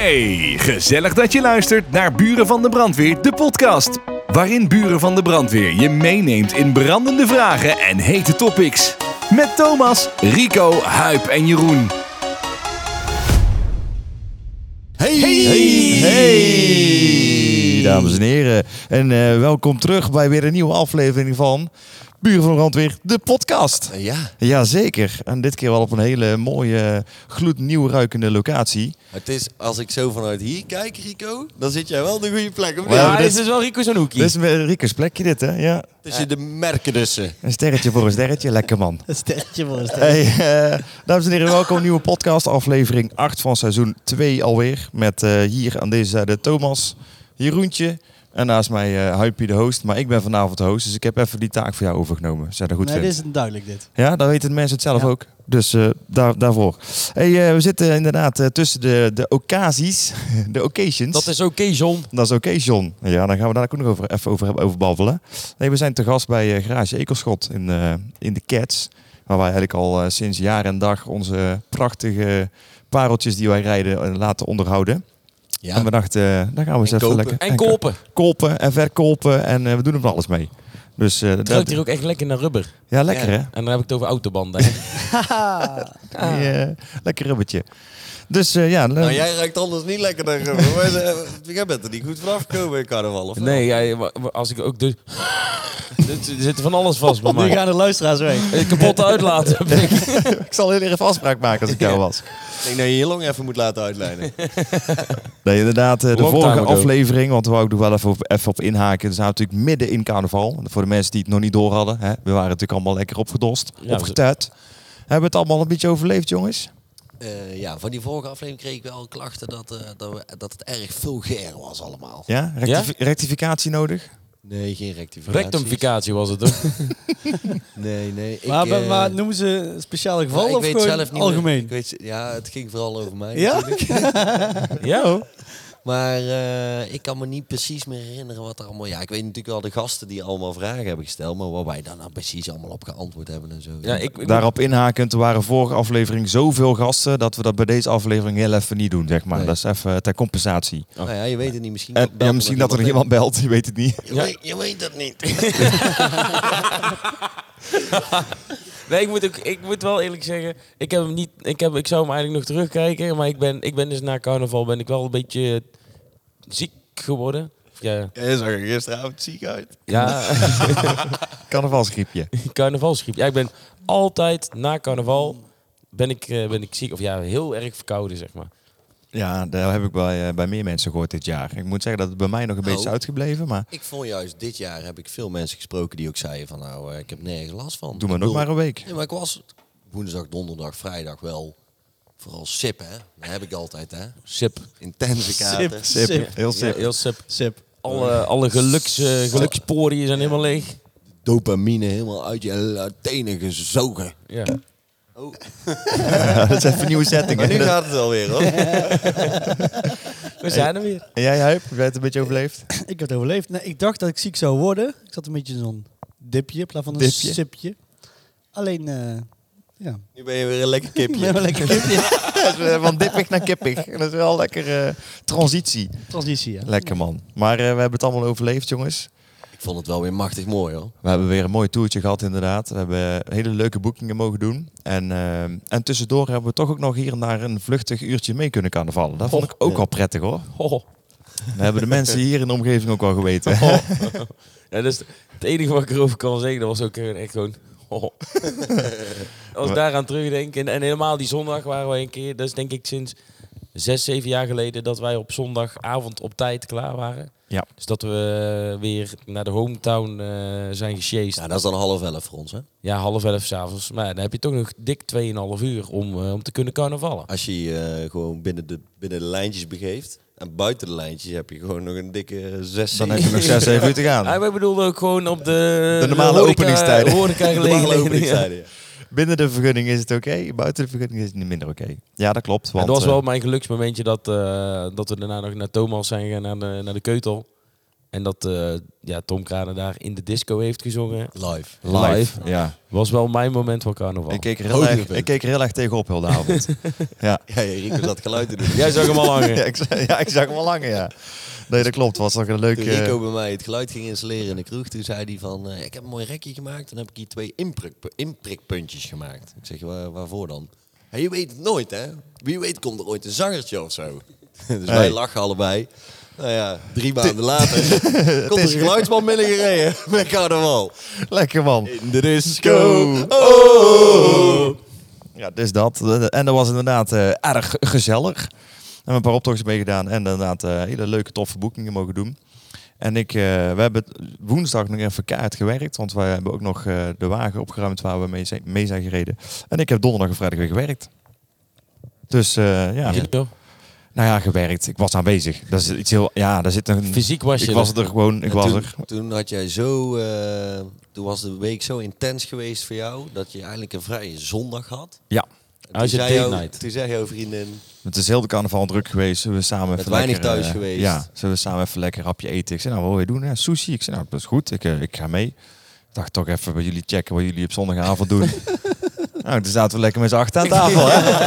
Hey, gezellig dat je luistert naar Buren van de Brandweer, de podcast. Waarin Buren van de Brandweer je meeneemt in brandende vragen en hete topics. Met Thomas, Rico, Huip en Jeroen. Hey, dames en heren. En welkom terug bij weer een nieuwe aflevering van Buren van de Brandweer, de podcast. Ja. Jazeker. En dit keer wel op een hele mooie, gloednieuw ruikende locatie. Het is, als ik zo vanuit hier kijk, Rico, dan zit jij wel op de goede plek. Of niet? Ja, Dit is wel Rico's hoekie. Dit is Rico's plekje dit, hè? Ja. Tussen de merken tussen. Een sterretje voor een sterretje. Lekker, man. Een sterretje voor een sterretje. Hey, dames en heren, welkom. Nieuwe podcast, aflevering 8 van seizoen 2 alweer. Met hier aan deze zijde Thomas, Jeroentje en naast mij Huipie de host. Maar ik ben vanavond de host, dus ik heb even die taak voor jou overgenomen. Zeg dat goed Nee, vindt. dit is duidelijk dit. Ja, dan weten de mensen het zelf Ja. ook. Dus daarvoor. Hey, we zitten inderdaad tussen de occasies, de occasions. Dat is oké, John. Dat is oké, John. Ja, dan gaan we daar ook nog over babbelen. Nee, we zijn te gast bij Garage Ekelschot in de Cats. Waar wij eigenlijk al sinds jaar en dag onze prachtige pareltjes die wij rijden laten onderhouden. Ja. En we dachten, daar gaan we eens En even kopen. lekker... En kopen. Kopen en verkopen en we doen er van alles mee. Dus, Het ruikt hier ook echt lekker naar rubber. Ja, lekker Ja. hè? En dan heb ik het over autobanden. Hè? Lekker rubbertje. Dus ja... Nou, jij ruikt anders niet lekker naar rubber. Jij bent er niet goed vanaf gekomen in carnaval, of wel? Nee, als ik ook dus... Er zit van alles vast bij Nu mij. gaan de luisteraars weg. Een kapotte uitlaat heb ik. ik zal heel even afspraak maken als ik jou was. Ik denk dat je je long even moet laten uitlijnen. Nee, inderdaad, de Long vorige time ago. aflevering, want we wou ik nog wel even op inhaken. We zijn natuurlijk midden in carnaval. Voor de mensen die het nog niet door hadden. Hè? We waren natuurlijk allemaal lekker opgedost, Ja, opgetuit. Hebben we het allemaal een beetje overleefd, jongens? Ja, van die vorige aflevering kreeg ik wel klachten dat het erg vulgair was allemaal. Ja? Rectificatie nodig? Nee, geen rectificatie. Rectificatie was het toch? Nee. Maar noemen ze een speciale geval ik of weet gewoon zelf niet algemeen? meer. Ja, het ging vooral over mij Ja? natuurlijk. Ja hoor. Maar ik kan me niet precies meer herinneren wat er allemaal... Ja, ik weet natuurlijk wel de gasten die allemaal vragen hebben gesteld, maar waar wij dan nou precies allemaal op geantwoord hebben en zo. Ja, ik Daarop inhakend, er waren vorige aflevering zoveel gasten dat we dat bij deze aflevering heel even niet doen, zeg maar. Nee. Dat is even ter compensatie. Nou ja, je weet het niet. Misschien, En ja, misschien dat er nog iemand belt, je weet het niet. Je weet het niet. Nee, ik moet wel eerlijk zeggen, ik zou hem eigenlijk nog terugkijken, maar ik ben dus na carnaval ben ik wel een beetje ziek geworden. Ja, Je zag er gisteravond ziek uit. ja Carnavalsgriepje. carnavalsgriep. Ja, ik ben altijd na carnaval ben ik ziek of ja, heel erg verkouden, zeg maar. Ja, daar heb ik bij meer mensen gehoord dit jaar. Ik moet zeggen dat het bij mij nog een beetje is uitgebleven, maar Ik vond juist, dit jaar heb ik veel mensen gesproken die ook zeiden van nou, ik heb nergens last van. doe maar Ik nog bedoel, maar een week. Nee, maar ik was woensdag, donderdag, vrijdag wel vooral sip, hè. Dat heb ik altijd, hè. Sip. Intense kaarten. Sip. Heel sip. Ja, heel sip. Sip. Alle geluksporiën zijn helemaal leeg. Dopamine helemaal uit je tenen gezogen. Ja. Oh, Ja, dat is even een nieuwe setting. maar nu hè? gaat het wel weer, hoor. We zijn er weer. En jij, Huip, heb jij het een beetje overleefd? Ik heb het overleefd. Nee, ik dacht dat ik ziek zou worden. Ik zat een beetje in zo'n dipje in plaats van een Dipje? sipje. Alleen, ja. Nu ben je weer een lekker Ik kipje. ben wel lekker kipje. Van dippig naar kippig. Dat is wel lekker transitie. Transitie, ja. Lekker, man. Maar we hebben het allemaal overleefd, jongens. Ik vond het wel weer machtig mooi, hoor. We hebben weer een mooi toertje gehad, inderdaad. We hebben hele leuke boekingen mogen doen. En tussendoor hebben we toch ook nog hier en daar een vluchtig uurtje mee kunnen carnavallen. Dat vond ik ook wel prettig, hoor. Oh. We hebben de mensen hier in de omgeving ook wel geweten. Ja, dus het enige wat ik erover kan zeggen, dat was ook echt gewoon... Oh. Als ik daaraan terugdenk. En helemaal die zondag waren wij een keer... Dat is denk ik sinds 6, 7 jaar geleden... dat wij op zondagavond op tijd klaar waren. Ja. Dus dat we weer naar de hometown zijn gesjeest. Ja, dat is dan 10:30 voor ons, hè. Ja, 10:30 s'avonds. Maar dan heb je toch nog dik 2,5 uur om te kunnen carnavallen. Als je je gewoon binnen de lijntjes begeeft. En buiten de lijntjes heb je gewoon nog een dikke 6, Dan heb je nog 6, 7 uur te gaan. Ja, wij bedoelden ook gewoon op de normale openingstijden. horeca normale gelegen. openingstijden, ja. Binnen de vergunning is het oké. Buiten de vergunning is het niet minder oké. Ja, dat klopt. En Want, dat was wel mijn geluksmomentje dat we daarna nog naar Thomas zijn gegaan, naar de Keutel. En dat Tom Kranen daar in de disco heeft gezongen. Live. Ja. Was wel mijn moment van carnaval. Ik keek er heel erg tegenop heel de avond. Ja. Ja, Rico zat geluid te doen. Jij zag hem al hangen. Ik zag hem al langer, ja. Nee, dat klopt. Was toch een leuk... Toen Rico bij mij het geluid ging installeren in de kroeg, toen zei hij van... ik heb een mooi rekje gemaakt en heb ik hier 2 inprikpuntjes gemaakt. Ik zeg, waarvoor dan? Ja, je weet het nooit, hè? Wie weet komt er ooit een zangertje of zo. Dus wij lachen allebei. Nou ja, 3 maanden later komt er een geluidsman binnengereden met carnaval. Lekker, man. In de disco. Oh. Ja, dus dat. En dat was inderdaad erg gezellig. We hebben een paar optochten meegedaan en inderdaad hele leuke, toffe boekingen mogen doen. En we hebben woensdag nog even keihard gewerkt, want wij hebben ook nog de wagen opgeruimd waar we mee zijn gereden. En ik heb donderdag en vrijdag weer gewerkt. Dus ja. Nou ja, gewerkt. Ik was aanwezig. Dat is iets heel... Ja, daar zit een... Fysiek was je Ik was er gewoon... Ik was er. Toen had jij zo... toen was de week zo intens geweest voor jou, dat je eigenlijk een vrije zondag had. Ja. Als je date night. Toen zei jouw vriendin... Het is heel de carnaval druk geweest. Zullen we samen Met even weinig lekker, thuis geweest. Ja, zullen we samen even lekker een hapje eten. Ik zei, nou, wat wil je doen? Ja, sushi. Ik zei, nou, dat is goed. Ik ga mee. Ik dacht toch even bij jullie checken wat jullie op zondagavond doen. Nou, toen zaten we lekker met z'n 8 aan tafel.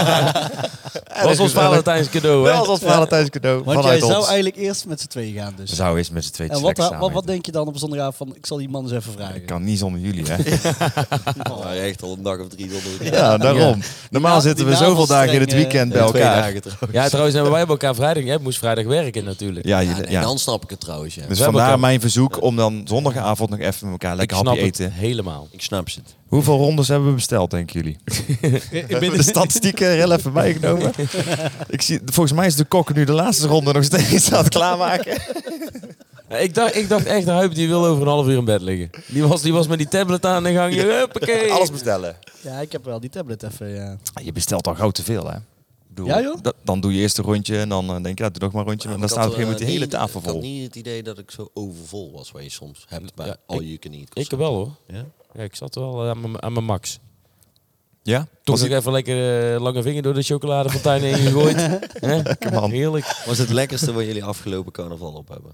Hè? Was ons Valentijns cadeau, hè? Dat was ons Valentijns cadeau. Want jij Vanuit zou ons. eigenlijk eerst met z'n tweeën gaan dus. We zouden eens met z'n tweeën En lekker samen wat eten. denk je dan op zondagavond van, ik zal die man eens even vragen. Ik kan niet zonder jullie, hè? echt al een dag of 3 zonder elkaar. Ja, daarom. Normaal zitten we die zoveel dagen in het navelstreng, weekend bij 2 elkaar. dagen trouwens. Ja, trouwens hebben wij bij elkaar vrijdag. Jij moest vrijdag werken natuurlijk. Ja, Ja, ja. dan snap ik het trouwens, ja. Dus We hebben vandaar elkaar- mijn verzoek om dan zondagavond nog even met elkaar lekker ik snap hapje het eten. helemaal. Ik snap het. Hoeveel rondes hebben we besteld, denken jullie? We hebben de statistieken er heel even bijgenomen. Volgens mij is de kok nu de laatste ronde nog steeds aan het klaarmaken. Ja, ik dacht echt, de Huip die wil over een half uur in bed liggen. Die was met die tablet aan de gang. Huppakee. Alles bestellen. Ja, ik heb wel die tablet even, ja. Je bestelt al gauw te veel, hè? Ik bedoel, Ja, joh? Dan doe je eerst een rondje en dan denk je, doe nog maar een rondje. En dan staat op een gegeven moment de hele tafel Ik had vol. niet het idee dat ik zo overvol was, wat je soms hebt bij Ja, all you can eat. Ik wel hoor. Ja? Ja, ik zat wel aan mijn max. Ja? Toch Was nog even lekker lange vinger door de chocoladefontein heen gegooid. Hè? man. Heerlijk. Was het lekkerste wat jullie afgelopen carnaval op hebben?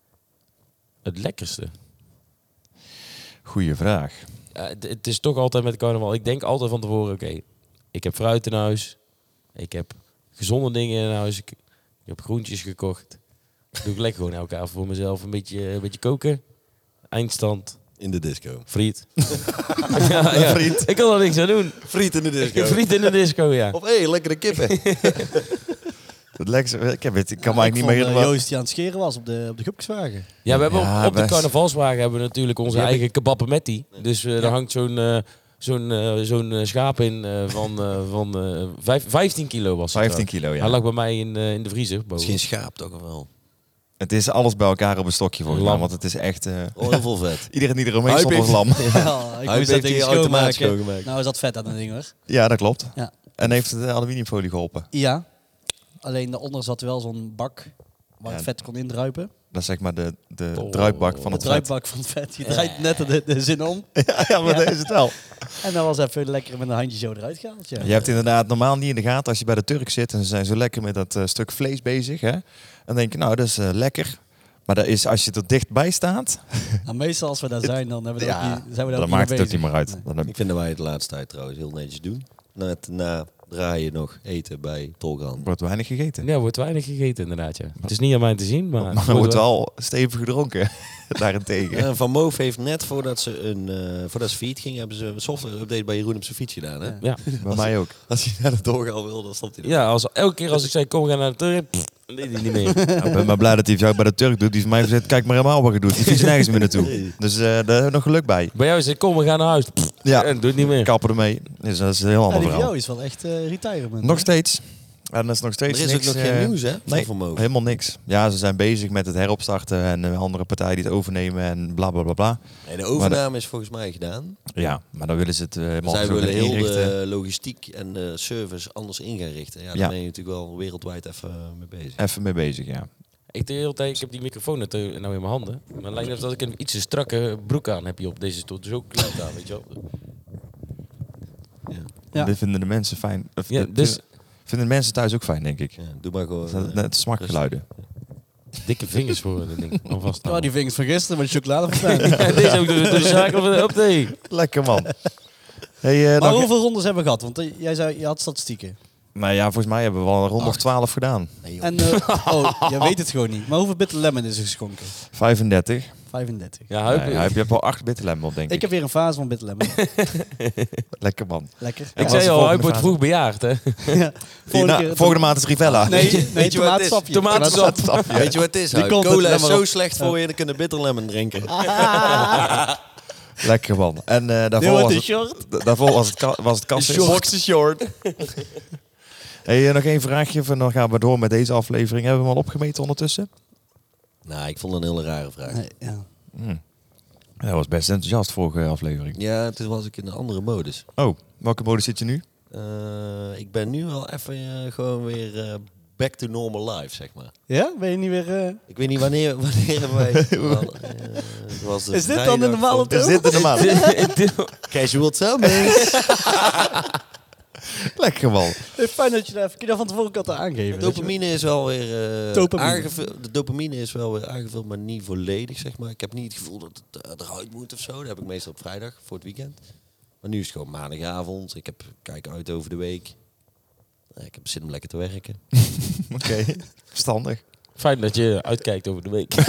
Het lekkerste. Goeie vraag. Het is toch altijd met carnaval. Ik denk altijd van tevoren, oké, ik heb fruit in huis. Ik heb gezonde dingen in huis. Ik heb groentjes gekocht. Doe ik lekker gewoon elke avond voor mezelf een beetje koken. Eindstand. In de disco. Friet. ja. Friet. Ik kan er niks aan doen. Friet in de disco. Friet in de disco, ja. Of lekkere kippen. Het lekkerste, ik kan me Ik eigenlijk niet meer vond, herinneren. Joost die aan het scheren was op de gupkeswagen. Ja, we hebben Ja, op de best. carnavalswagen hebben we natuurlijk onze Die heb eigen kebappemetti. Dus er hangt zo'n schaap in van 15 kilo was het. 15 kilo, ja. Hij lag bij mij in de vriezer Het is boven. geen schaap toch of wel? Het is alles bij elkaar op een stokje volgens mij. Lam. Want het is echt... Oh, heel veel vet. iedereen die eromheen Huip stond was lam. Ja, ik Hij moest heeft dat ding die automatisch schoonmaken. schoongemaakt. Nou is dat vet aan dat ding hoor. Ja, dat klopt. Ja. En heeft de aluminiumfolie geholpen. Ja, alleen daaronder zat wel zo'n bak waar het Ja. vet kon indruipen. Dat is zeg maar de Oh. druipbak van De het vet. druipbak van het vet. Je draait net de zin om. Ja, maar dat is het wel. En dan was even lekker met een handje zo eruit gehaald. Ja. Je hebt inderdaad normaal niet in de gaten als je bij de Turk zit en ze zijn zo lekker met dat stuk vlees bezig. Hè? Dan denk je, nou, dat is lekker. Maar dat is, als je er dichtbij staat, Nou, meestal als we daar zijn, dan hebben we ja, ook niet, zijn we daar dan ook maakt niet het ook mee niet meer bezig. uit. Nee. Dan Ik vind dat wij het de laatste tijd trouwens heel netjes doen. Net na draaien nog eten bij Tolgaan. wordt weinig gegeten. Ja, wordt weinig gegeten inderdaad, ja. Het is niet aan mij te zien, maar... Maar er wordt wel stevig gedronken, daarentegen. Van Moof heeft net voordat ze fiets ging, hebben ze een software update bij Jeroen op zijn fiets gedaan. Hè? Ja. Ja. Bij mij ook. Als hij naar de Tolgaan wil, dan stopt hij er. Ja, elke keer als ik zei, kom, we gaan naar de Turk, dan deed hij niet meer. Ik ben maar blij dat hij jou bij de Turk doet. Die van mij gezegd, kijk maar helemaal wat je doet. Die fiets nergens meer naartoe. Dus daar hebben we nog geluk bij. Bij jou zei, kom, we gaan naar huis. Ja, En doe het niet meer. kappen ermee. Dus dat is een heel Ja, ander die van verhaal. jou is wel echt retirement. Nog hè? steeds. En dat is nog steeds Er is niks. ook nog geen nieuws, hè? Nee, Van Moof. helemaal niks. Ja, ze zijn bezig met het heropstarten en andere partijen die het overnemen en bla bla bla bla. Nee, de overname is volgens mij gedaan. Ja, maar dan willen ze het helemaal Zij zo willen gaan heel inrichten. de logistiek en de service anders in gaan richten. Ja, daar Ja. ben je natuurlijk wel wereldwijd even mee bezig. Even mee bezig, ja. Ik de hele tijd, ik heb die microfoon nou in mijn handen. Maar het lijkt net dat ik een iets te strakke broek aan heb hier op deze stoel. Dus ook klein aan, weet je wel. Ja. Dit vinden de mensen fijn. Of Ja, dit dus vinden de mensen thuis ook fijn, denk ik. Ja, doe maar gewoon. Dat zijn net smakgeluiden. Dikke vingers voor dat ding. Alvast Ja, die vingers van gisteren met de chocoladefontein. Ja, deze ook door de zaken op de. Lekker man. Hey, Maar nog- hoeveel rondes hebben we gehad? Want jij zei, je had statistieken. Nou ja, volgens mij hebben we wel een ronde of 8. 12 gedaan. Nee, joh. En, jij weet het gewoon niet. Maar hoeveel bitter lemon is er geschonken? 35. 35. Ja, Nee, je hebt wel 8 bitterlemmen op, denk ik. Ik heb weer een fase van bitter lemon. Lekker man. Lekker. Ik Ik was zei de al, volgende hij wordt fase. vroeg bejaard, hè? Ja. Volgende maand is Rivella. Nee, Weet je wat het is? tomaatsapje. Tomatensap. Weet je wat het is? Die Huip? komt Cola het, is let maar zo op. slecht voor je, dan kunnen bitter lemon drinken. Lekker man. En daarvoor, Dit was wordt een het, short. daarvoor was het Cassis. short. Hey, nog één vraagje. Dan gaan we door met deze aflevering. Hebben we hem al opgemeten ondertussen? Nou, ik vond het een hele rare vraag. Nee, ja. Dat was best enthousiast vorige aflevering. Ja, toen was ik in een andere modus. Oh, welke modus zit je nu? Ik ben nu wel even gewoon weer back to normal life, zeg maar. Ja? Ben je niet weer... Ik weet niet wanneer wij... was de Is dit dan vrijdag de normale van- Is dit de normale? Casual Summers. Lekker man. Fijn dat je daar even... Kun je dat van tevoren kan aangeven? Dopamine is wel weer Dopamine. aangevuld. De dopamine is wel weer aangevuld, maar niet volledig, zeg maar. Ik heb niet het gevoel dat het eruit moet of zo. Dat heb ik meestal op vrijdag voor het weekend. Maar nu is het gewoon maandagavond. Ik kijk uit over de week. Ik heb zin om lekker te werken. Oké, verstandig. Fijn dat je uitkijkt over de week.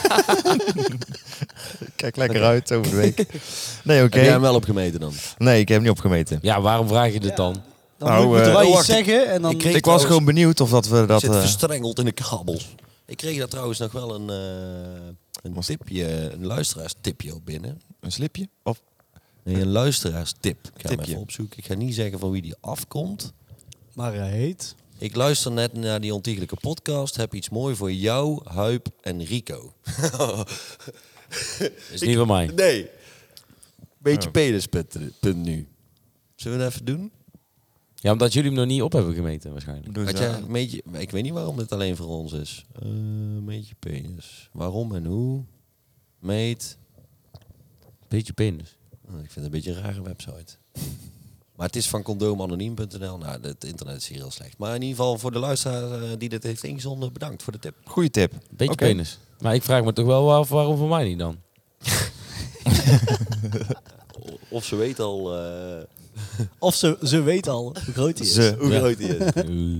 Kijk lekker uit over de week. Nee, oké. Heb jij hem wel opgemeten dan? Nee, ik heb hem niet opgemeten. Ja, waarom vraag je dit dan? Dan Nou, moeten wij oh, iets wacht, zeggen en dan... ik kreeg- Ik was gewoon benieuwd of dat we dat... Zit verstrengeld in de kabels. Ik kreeg daar trouwens nog wel een tipje, een luisteraarstipje op binnen. een slipje? Of Nee, een luisteraarstip. Ik ga hem Tipje. even opzoeken. Ik ga niet zeggen van wie die afkomt. Maar hij heet... Ik luister net naar die ontiegelijke podcast. Heb iets mooi voor jou, Huip en Rico. Is niet van mij. Nee. Beetje penis.nu. nu. Zullen we dat even doen? Ja, omdat jullie hem nog niet op hebben gemeten waarschijnlijk. doen Had ze- jij een beetje, ik weet niet waarom dit alleen voor ons is. Meetje penis. Waarom en hoe? Meet. Beetje penis. Ik vind het een beetje een rare website. Maar het is van condoomanoniem.nl. Nou, het internet is hier heel slecht. Maar in ieder geval voor de luisteraar die dit heeft ingezonden, bedankt voor de tip. Goeie tip. Beetje Oké. penis. Maar ik vraag me toch wel af waarom voor mij niet dan? Of ze weet al Of ze weet al hoe groot hij is. Ze. hoe Ja. groot hij is.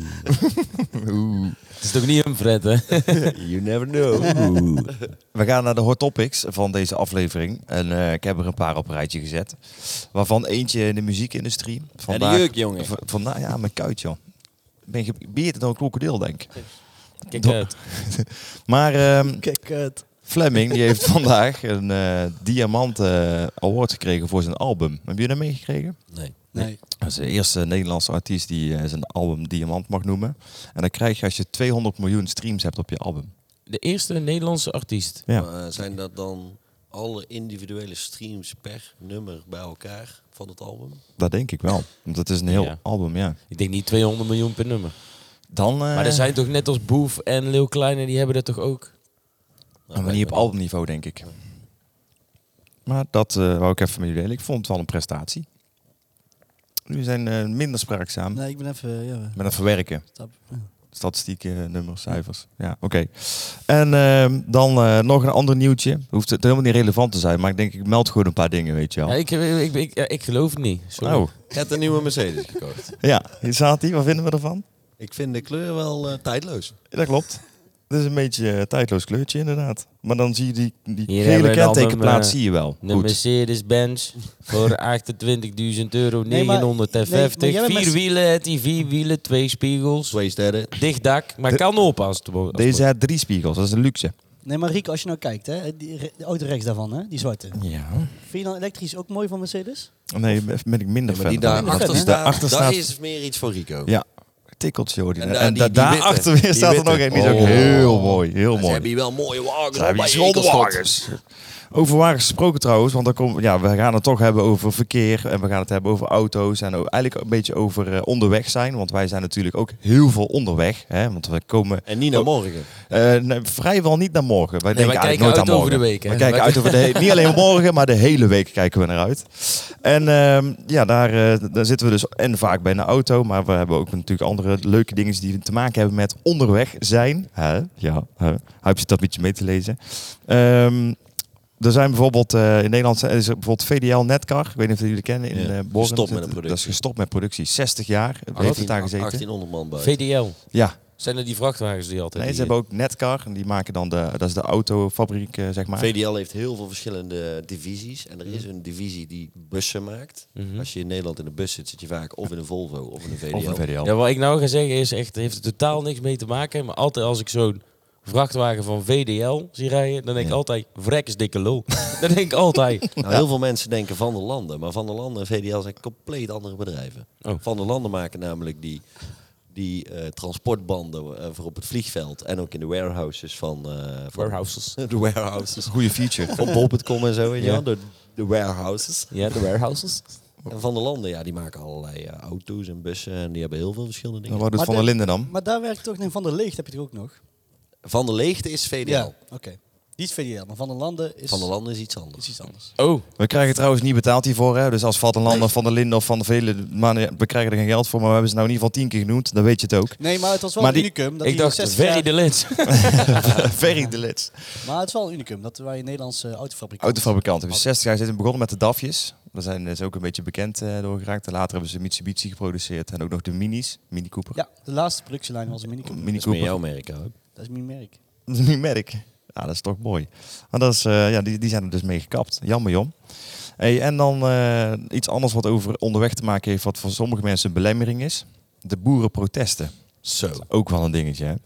Het is toch niet een Fred, hè? You never know. We gaan naar de hot topics van deze aflevering. En ik heb er een paar op een rijtje gezet. Waarvan eentje in de muziekindustrie. En de jeuk, jongen. Vandaag, ja, mijn kuit, joh. Ben je beter dan een krokodil, denk ik. Kijk uit. Maar Kijk, het. Fleming die heeft vandaag een Diamant Award gekregen voor zijn album. Heb je dat meegekregen? Nee. Nee. Dat is de eerste Nederlandse artiest die zijn album Diamant mag noemen. En dan krijg je als je 200 miljoen streams hebt op je album. De eerste Nederlandse artiest. Ja. Maar zijn dat dan alle individuele streams per nummer bij elkaar van het album? Dat denk ik wel. Want het is een heel Ja. album, ja. Ik denk niet 200 miljoen per nummer. Dan, Maar er zijn toch net als Boef en Leeuw Kleine, die hebben dat toch ook? maar niet op albumniveau, denk ik. Maar dat wou ik even met jullie delen. Ik vond het wel een prestatie. Jullie zijn minder spraakzaam Nee, ik ben even... Ja, met het verwerken. stap. Statistieken, nummers, cijfers. Ja, oké. En dan nog een ander nieuwtje. Hoeft het helemaal niet relevant te zijn, maar ik denk ik meld gewoon een paar dingen, weet je wel. Ja, ik geloof het niet. Sorry. Oh, Je hebt een nieuwe Mercedes gekocht. ja. Hier staat hij. Wat vinden we ervan? Ik vind de kleur wel tijdloos. Ja, dat klopt. Het is een beetje een tijdloos kleurtje, inderdaad. Maar dan zie je die Hier gele hebben we dan kentekenplaat, een, zie je wel. De Goed. Mercedes-Benz voor €28.000, Nee, maar- 950. nee, maar jij bent 4 met- wielen, het die 4 wielen, 2 spiegels, Twee sterren. dicht dak. Maar kan open als het wordt. Deze heeft 3 spiegels, dat is een luxe. Nee, maar Rico, als je nou kijkt, hè, de auto rechts daarvan, hè, die zwarte. Ja. Vind je dan elektrisch ook mooi van Mercedes? Nee, ben ik minder Maar fan die van. daarachter fan, hè? staat, Daarachter dat staat- is meer iets voor Rico. Ja, tikkeltje hoor. En En, die daarachter witte. weer Die staat er nog witte. een. Die is ook Oh. heel mooi, heel Ze mooi. hebben hier wel mooie wagens. Ze hebben bij die Ekelschot. schottenwagens. Over wagens gesproken trouwens, want we gaan het toch hebben over verkeer en we gaan het hebben over auto's en eigenlijk een beetje over onderweg zijn. Want wij zijn natuurlijk ook heel veel onderweg. Hè, want we komen... En niet naar morgen. Nee, vrijwel niet naar morgen. Wij Nee, denken wij eigenlijk kijken nooit uit aan over morgen. de week. Hè? We kijken uit over niet alleen morgen, maar de hele week kijken we naar uit. En daar zitten we dus en vaak bij een auto, maar we hebben ook natuurlijk andere leuke dingen die te maken hebben met onderweg zijn. Hij zit dat een beetje mee te lezen. Er zijn bijvoorbeeld in Nederland is er bijvoorbeeld VDL Netcar. Ik weet niet of jullie kennen. In Born. Gestopt met de productie. Dat is gestopt met productie. 60 jaar heeft het daar gezeten. 1800 man buiten. VDL. Ja. Zijn er die vrachtwagens die altijd... Nee, ze hebben ook Netcar. En die maken dan dat is de autofabriek, zeg maar. VDL heeft heel veel verschillende divisies. En er is een divisie die bussen maakt. Als je in Nederland in een bus zit je vaak of in een Volvo of in een VDL. Of een VDL. Ja, wat ik nou ga zeggen is echt, heeft er totaal niks mee te maken. Maar altijd als ik zo'n vrachtwagen van VDL zie rijden, dan denk ik altijd, vrek is dikke lul. Dat denk ik altijd. Nou, heel veel mensen denken Van der Landen. Maar Van der Landen en VDL zijn compleet andere bedrijven. Oh. Van der Landen maken namelijk die transportbanden voor op het vliegveld. En ook in de warehouses van Warehouses. de warehouses. Goede feature. Van bol.com en zo, weet je Ja. wel. De warehouses. Ja, de warehouses. En Van der Landen, ja, die maken allerlei auto's en bussen. En die hebben heel veel verschillende dingen. Wat doet Maar Van der Linden dan? Maar daar werkt toch niet Van der Leegte, heb je toch ook nog? Van der Leegte is VDL. Ja, oké. Die is VDL, maar Van der Landen is, Van der Landen is iets anders. is iets anders. Oh, We krijgen trouwens niet betaald hiervoor. Hè? Dus als Van der Landen, Nee. Van der Linden of Van der Velen, we krijgen er geen geld voor. Maar we hebben ze nou in ieder geval 10 keer genoemd. Dan weet je het ook. Nee, maar het was wel Maar een die- unicum. Dat ik die dacht 60 Ferry jaar- de Lens. Very de Lits. Maar het is wel een unicum, dat wij een Nederlandse autofabrikant... Autofabrikant. Hebben 60 jaar zitten begonnen met de DAFjes. Daar zijn ze ook een beetje bekend door geraakt. En later hebben ze Mitsubishi geproduceerd. En ook nog de Minis. Mini Cooper. Ja, de laatste productielijn was een minicum. Mini Dat is Cooper. meer jouw merk ook. Dat is mijn merk. Dat is niet merk. Ja, dat is toch mooi. Maar dat is, die zijn er dus mee gekapt. Jammer, jong. Hey, en dan iets anders wat over onderweg te maken heeft, wat voor sommige mensen een belemmering is. De boerenprotesten. Zo. Ook wel een dingetje, hè.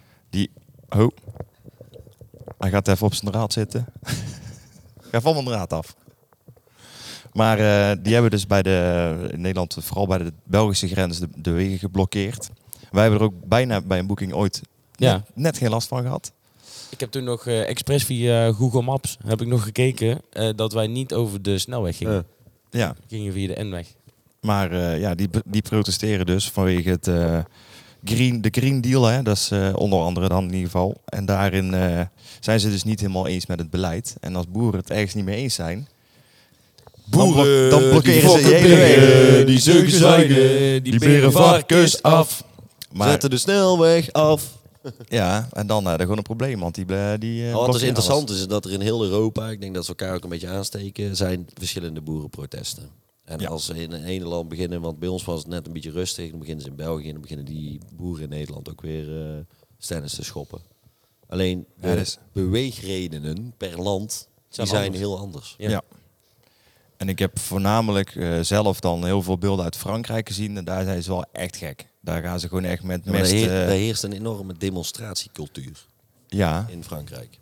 Hij gaat even op zijn draad zitten. Ga van mijn draad af. Maar die hebben dus in Nederland, vooral bij de Belgische grens, de wegen geblokkeerd. Wij hebben er ook bijna bij een boeking ooit Ja. net geen last van gehad. Ik heb toen nog expres via Google Maps heb ik nog gekeken dat wij niet over de snelweg gingen. Ja, We gingen via de N-weg. maar die protesteren dus vanwege het de Green Deal. Hè? Dat is onder andere dan in ieder geval. En daarin zijn ze dus niet helemaal eens met het beleid. En als boeren het ergens niet mee eens zijn, dan blokkeren ze je hele weg. die zeugen zuigen, die beren varkens af. Maar Zetten de snelweg af. ja, en dan gewoon een probleem, want die Maar wat blokkeren dus interessant alles. is dat er in heel Europa, ik denk dat ze elkaar ook een beetje aansteken, zijn verschillende boerenprotesten. En Ja. als ze in een ene land beginnen, want bij ons was het net een beetje rustig, dan beginnen ze in België en dan beginnen die boeren in Nederland ook weer stennis te schoppen. Alleen de Ja, dus- beweegredenen per land die zijn anders. heel anders. Ja. Ja. En ik heb voornamelijk zelf dan heel veel beelden uit Frankrijk gezien. En daar zijn ze wel echt gek. Daar gaan ze gewoon echt met Maar mest... daar heerst een enorme demonstratiecultuur ja, in Frankrijk.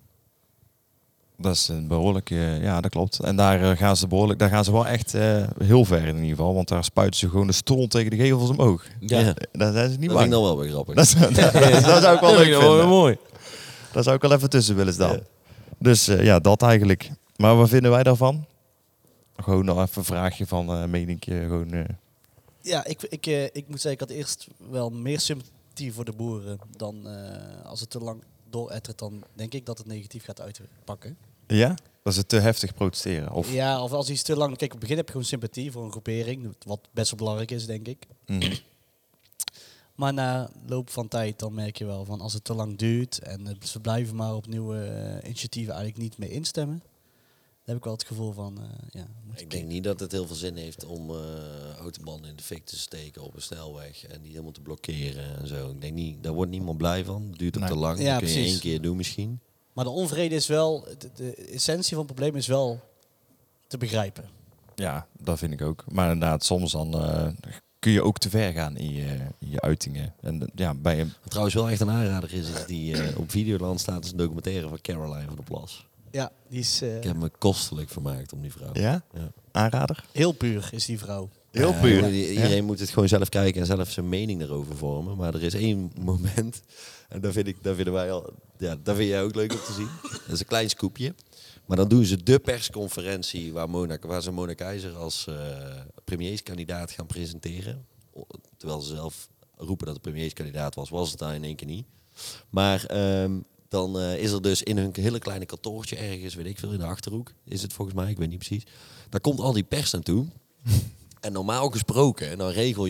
dat is een behoorlijke... ja, dat klopt. En daar gaan ze wel echt heel ver in ieder geval. Want daar spuiten ze gewoon de stront tegen de gevels omhoog. Ja. Ja. Daar zijn ze niet Dat vind ik bang. dan wel weer grappig. Dat zou ik wel Dat leuk vind ik wel vinden. mooi. Daar zou ik wel even tussen willen staan. Ja. Dus dat eigenlijk. Maar wat vinden wij daarvan? Gewoon nog even een vraagje van meningje. Gewoon, Ja, ik moet zeggen, ik had eerst wel meer sympathie voor de boeren dan als het te lang doorettert, dan denk ik dat het negatief gaat uitpakken. ja? Dat ze te heftig protesteren. Of, Ja, of als iets te lang... Kijk, op het begin heb je gewoon sympathie voor een groepering, wat best wel belangrijk is, denk ik. Mhm. Maar na loop van tijd, dan merk je wel van als het te lang duurt en ze blijven maar op nieuwe initiatieven eigenlijk niet mee instemmen, dan heb ik wel het gevoel van, Ik denk niet dat het heel veel zin heeft om autobanden in de fik te steken op een snelweg en die helemaal te blokkeren en zo. Ik denk niet, daar wordt niemand blij van. Het duurt ook Nee. te lang. Ja, dat kun je precies. 1 keer doen misschien. Maar de onvrede is wel, de essentie van het probleem is wel te begrijpen. Ja, dat vind ik ook. Maar inderdaad, soms dan kun je ook te ver gaan in je uitingen. En ja, bij een... Wat trouwens wel echt een aanrader is die op Videoland staat, is een documentaire van Caroline van der Plas. Ja, die is Ik heb me kostelijk vermaakt om die vrouw. Ja? Ja. Aanrader? heel puur, is die vrouw. Heel puur. Iedereen moet het gewoon zelf kijken en zelf zijn mening erover vormen. Maar er is één moment, en dat vinden wij al, ja, dat vind jij ook leuk om te zien. Dat is een klein scoopje. Maar dan doen ze de persconferentie waar ze Mona Keizer als premierskandidaat gaan presenteren. Terwijl ze zelf roepen dat de premierskandidaat was het daar in één keer niet. Maar dan is er dus in hun hele kleine kantoortje ergens, weet ik veel, in de Achterhoek is het volgens mij, ik weet niet precies. Daar komt al die pers naartoe. En normaal gesproken, dan regel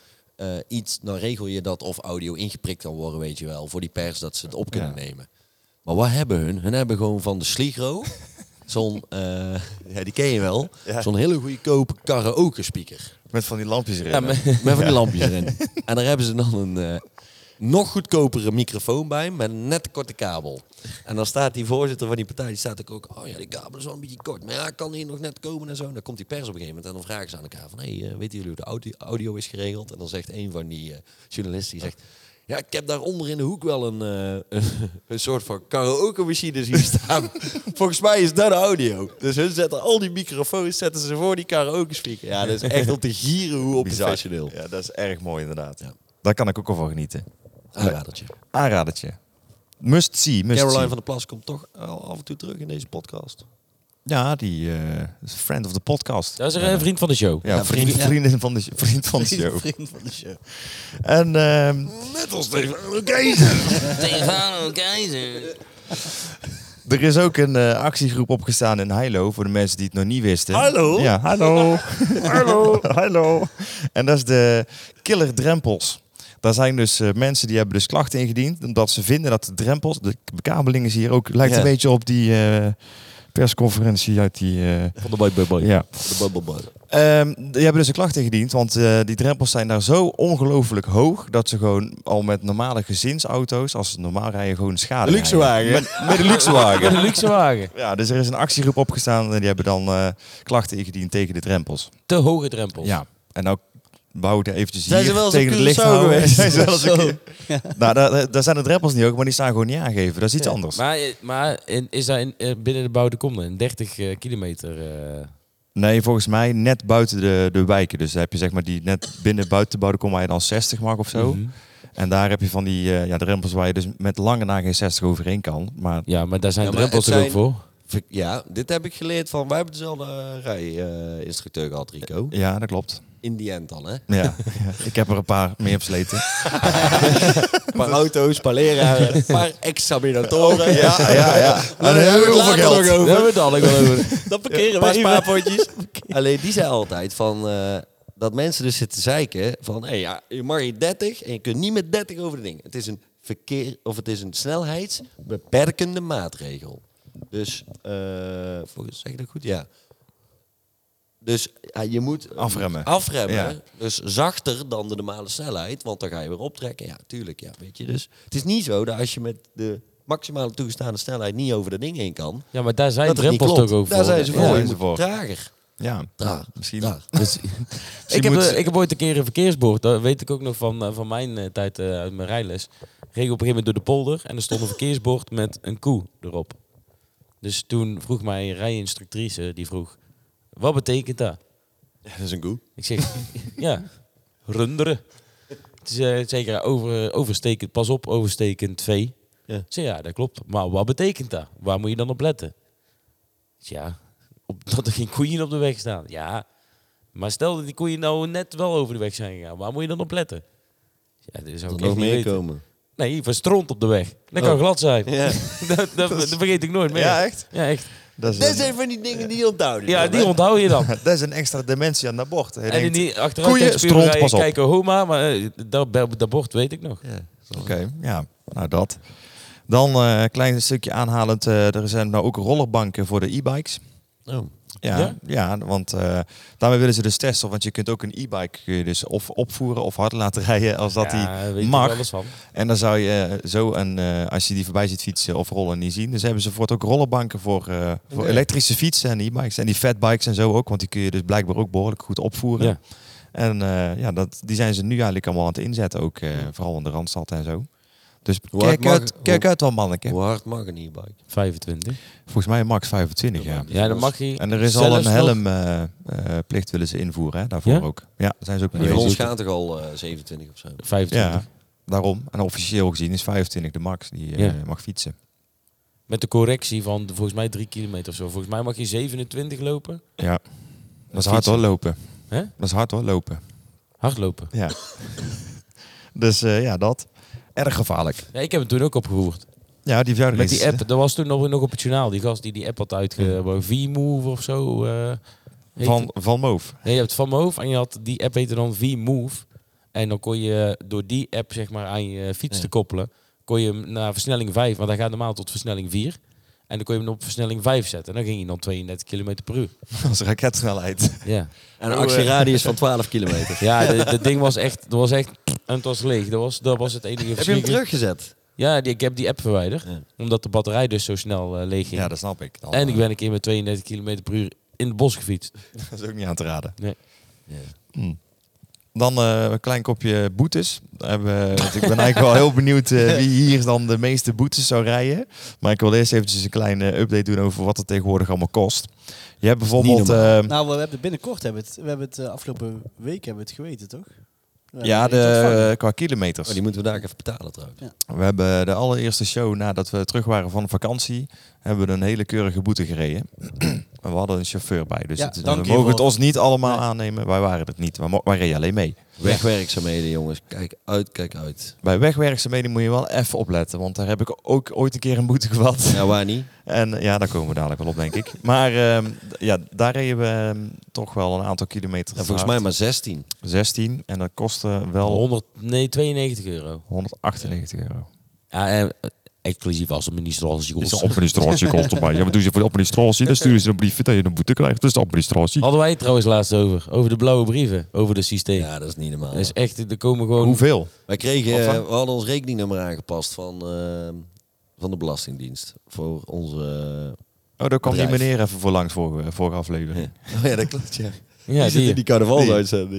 je dat of audio ingeprikt kan worden, weet je wel, voor die pers dat ze het op kunnen nemen. Maar wat hebben hun? Hun hebben gewoon van de Sligro zo'n, die ken je wel, zo'n hele goedkope karaoke speaker. Met van die lampjes erin. Ja, Met van die lampjes erin. En daar hebben ze dan een nog goedkopere microfoon bij met een net korte kabel. En dan staat die voorzitter van die partij, die staat ook, oh ja, die kabel is wel een beetje kort. Maar ja, kan hier nog net komen en zo. En dan komt die pers op een gegeven moment en dan vragen ze aan elkaar van, weten jullie hoe de audio is geregeld? En dan zegt een van die journalisten, die zegt, ja, ik heb daar onder in de hoek wel een soort van karaoke-machine zien staan. Volgens mij is dat de audio. Dus hun zetten al die microfoons zetten ze voor die karaoke-speaker. Ja, dat is echt om te gieren hoe professioneel. Ja, dat is erg mooi inderdaad. Ja. Daar kan ik ook al van genieten. Aanradertje. Aanradertje. Must see. Caroline van der Plas komt toch af en toe terug in deze podcast. Ja, die is friend of the podcast. Dat is een vriend van de show. Ja, vriend van de show. Vriend van de show. En Net als Stefano Keizer. Stefano Keizer. er is ook een actiegroep opgestaan in Heilo, voor de mensen die het nog niet wisten. Hallo? Ja, hallo. Hallo. Hallo. En dat is de Killer Drempels. Daar zijn dus mensen die hebben dus klachten ingediend, omdat ze vinden dat de drempels, de bekabelingen is hier ook, lijkt een beetje op die persconferentie uit die... Van de boy. Ja. De boy. Die hebben dus een klacht ingediend, want die drempels zijn daar zo ongelooflijk hoog dat ze gewoon al met normale gezinsauto's, als ze normaal rijden, gewoon schade Luxe rijden. wagen. Met een luxe wagen. Met een luxe wagen. Ja, dus er is een actiegroep opgestaan en die hebben dan klachten ingediend tegen de drempels. Te hoge drempels. Ja, en nou wouden eventjes Zijn hier ze wel eens tegen op het licht Curaçao houden. geweest? Zijn ze wel eens een keer- Nou, daar zijn de drempels niet hoog, maar die staan gewoon niet aangegeven. Dat is iets anders. Maar is dat binnen de bouwde kom een 30 kilometer? Nee, volgens mij net buiten de wijken. Dus dan heb je zeg maar die net binnen buiten de bouwde kom waar je dan 60 mag of zo. Mhm. En daar heb je van die drempels waar je dus met lange na geen 60 overheen kan. Maar Ja, maar daar zijn Ja, maar drempels het er ook zijn- voor. Ja, dit heb ik geleerd van... Wij hebben dezelfde rijinstructeur gehad, Rico. ja, dat klopt. In die end dan, hè? Ja. Ik heb er een paar mee versleten. Een paar auto's, een paar leraren, een paar examinatoren. Ja. En dan hebben we over geld. Daar hebben we het al ook wel over. Dat parkeren Een paar wij even. spaarpotjes. Alleen die zei altijd van... dat mensen dus zitten zeiken van... je mag hier 30 en je kunt niet met 30 over de ding. Het is een het is een snelheidsbeperkende maatregel. Dus, zeg ik dat goed? Ja. Dus je moet Afremmen. afremmen. Dus zachter dan de normale snelheid. Want dan ga je weer optrekken. Ja, tuurlijk. Ja, weet je. Dus het is niet zo dat als je met de maximale toegestane snelheid niet over dat ding heen kan... Ja, maar daar zijn dat het niet drempels klopt. toch ook voor. Daar zijn ze voor. Ja, je ze moet voor. trager. Ja, Daar. misschien. Daar. Dus, ik heb ooit een keer een verkeersbord, dat weet ik ook nog van mijn tijd uit mijn rijles. Reed ik op een gegeven moment door de polder en er stond een verkeersbord met een koe erop. Dus toen vroeg mijn rijinstructrice, die vroeg, wat betekent dat? Ja, dat is een koe. Ik zeg, ja, runderen. Het is zeker overstekend, pas op, overstekend vee. Ja. Ik zeg, ja, dat klopt. Maar wat betekent dat? Waar moet je dan op letten? Ik zeg, ja, dat er geen koeien op de weg staan. Ja, maar stel dat die koeien nou net wel over de weg zijn gegaan. Waar moet je dan op letten? Ja, dat zou Er ik nog echt niet meer weten. komen. Nee, van stront op de weg. Dat kan glad zijn. Ja. dat vergeet ik nooit meer. Ja, echt? Ja, echt. Dat is, Dat zijn van die dingen die je onthouden. Ja, die onthoud je dan. dat is een extra dimensie aan dat bord. Hij En denkt, die achteruit koeien, stront, pas rijden, op. kijken homa, maar dat bord weet ik nog. Ja. Oké, ja, nou dat. Dan een klein stukje aanhalend. Er zijn nou ook rollerbanken voor de e-bikes. Oh. Ja, want daarmee willen ze dus testen. Want je kunt ook een e-bike kun je dus of opvoeren of hard laten rijden als dat Ja, weet die ik mag. wel eens van. En dan zou je als je die voorbij ziet fietsen of rollen niet zien. Dus hebben ze voor het ook rollerbanken voor elektrische fietsen en e-bikes. En die fatbikes en zo ook. Want die kun je dus blijkbaar ook behoorlijk goed opvoeren. Ja. En die zijn ze nu eigenlijk allemaal aan het inzetten. Ook vooral in de Randstad en zo. Dus Hoe hard kijk uit wel, manneke. Hoe hard mag een e-bike? 25. Volgens mij max 25, ja. Ja, dan mag je. En er is al een helmplicht willen ze invoeren, hè, daarvoor Ja? ook. Ja, daar zijn ze ook mee Die van ons bezig. gaat toch al 27 of zo? 25. Ja, daarom. En officieel gezien is 25 de max die Ja. mag fietsen. Met de correctie van volgens mij 3 kilometer of zo. Volgens mij mag je 27 lopen. Ja, dat is hard hoor, lopen. Hè? Dat is hard hoor, lopen. Hardlopen. Ja. Dus ja, dat. Erg gevaarlijk. Ja, ik heb hem toen ook opgevoerd. Ja, die jou Met die app. Dat was toen nog op het journaal. Die gast die app had uitgebracht. V-Move of zo. Van Moof. Nee, je hebt Van Moof en je had die app heette dan V-Move. En dan kon je door die app zeg maar aan je fiets te koppelen, kon je hem naar versnelling 5, want hij gaat normaal tot versnelling 4. En dan kon je hem op versnelling 5 zetten. En dan ging hij dan 32 km per uur. Dat is raketsnelheid. Ja, En een actieradius van 12 kilometer. ja dat ding was echt, en het was leeg. Dat was het enige Heb je hem verschil. teruggezet? Ja, ik heb die app verwijderd. Ja. Omdat de batterij dus zo snel leeg ging. Ja, dat snap ik. En ik ben een keer met 32 km per uur in het bos gefietst. Dat is ook niet aan te raden. Nee. Ja. Dan een klein kopje boetes. Want ik ben eigenlijk wel heel benieuwd wie hier dan de meeste boetes zou rijden. Maar ik wil eerst eventjes een kleine update doen over wat het tegenwoordig allemaal kost. Je hebt bijvoorbeeld... Nou, we hebben binnenkort we hebben het afgelopen week hebben we het geweten, toch? ja, qua kilometers. Oh, die moeten we daar even betalen trouwens. Ja. We hebben de allereerste show nadat we terug waren van vakantie, hebben we een hele keurige boete gereden. En we hadden een chauffeur bij, dus Ja, we dank je mogen het voor- ons niet allemaal Nee. aannemen. Wij waren het niet, wij reden alleen mee. Wegwerkzaamheden, jongens. Kijk uit, kijk uit. Bij wegwerkzaamheden moet je wel even opletten, want daar heb ik ook ooit een keer een boete gehad. Ja, waar niet? En ja, daar komen we dadelijk wel op, denk ik. Maar ja, daar reden we toch wel een aantal kilometer. En volgens mij maar 16. 16 en dat kostte wel 92 euro. 198 euro. Ja, exclusief als administratie. Dit is de administratiekosten bij. Ja, wat doen ze voor de administratie? Dan sturen ze een briefje dat je een boete krijgt. Dat is de administratie. Hadden wij het trouwens laatst over. Over de blauwe brieven. Over de systeem. Ja, dat is niet normaal. Dat is echt, er komen gewoon... Hoeveel? Wij kregen, Of, we hadden ons rekeningnummer aangepast van de Belastingdienst. Voor onze... Oh, daar kwam die bedrijf. meneer even voor langs vorige aflevering. Oh ja, dat klopt, ja. Ja, die zit in die carnavalsuitzending.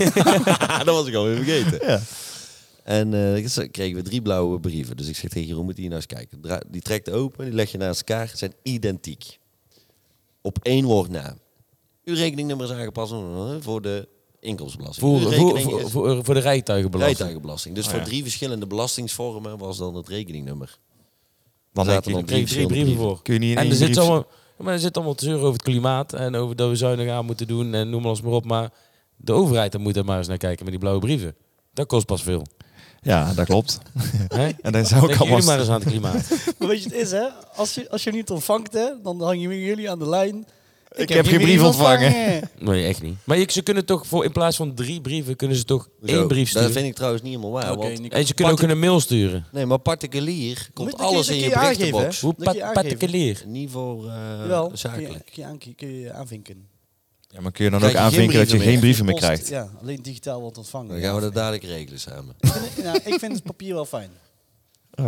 Dat was ik alweer vergeten. Ja. En kregen we 3 blauwe brieven. Dus ik zeg tegen Jeroen, moet je nou eens kijken. Die trekt open, die leg je naast elkaar. Ze zijn identiek. Op 1 woord na. Uw rekeningnummer is aangepast voor de inkomstenbelasting. Uw rekening is voor de rijtuigenbelasting. rijtuigenbelasting. Dus Oh, voor ja. 3 verschillende belastingsvormen was dan het rekeningnummer. Dan Zaten denk je, dan Ik kreeg 3 brieven voor. kun je niet in En één er zit brief- allemaal, maar er zit allemaal te zeuren over het klimaat. En over dat we zuinig aan moeten doen. En noem alles maar op. Maar de overheid daar moet er maar eens naar kijken met die blauwe brieven. Dat kost pas veel. Ja, dat klopt. Hè? En dan zou ik Denk jullie maar allemaal... eens aan het klimaat. Maar weet je, het is hè, als je niet ontvangt, hè, dan hangen jullie aan de lijn. Ik heb geen brief ontvangen. Nee, echt niet. Maar ze kunnen toch in plaats van 3 brieven, kunnen ze toch Zo, 1 brief sturen. Dat vind ik trouwens niet helemaal waar. Oké, want, Nico. En ze kunnen ook een mail sturen. nee, maar particulier komt dat kun alles je- in dat je kun je aangeven, berichtenbox. Hoe Dat kun je aangeven. particulier. Niet voor Jawel, zakelijk. kun je aanvinken. Ja, maar kun je dan Krijg ook je geen aanvinken dat je brieven geen meer? brieven meer Post, krijgt? Ja, alleen digitaal wordt ontvangen. Dan gaan we dat dadelijk regelen samen. Ik vind het papier wel fijn. Oh.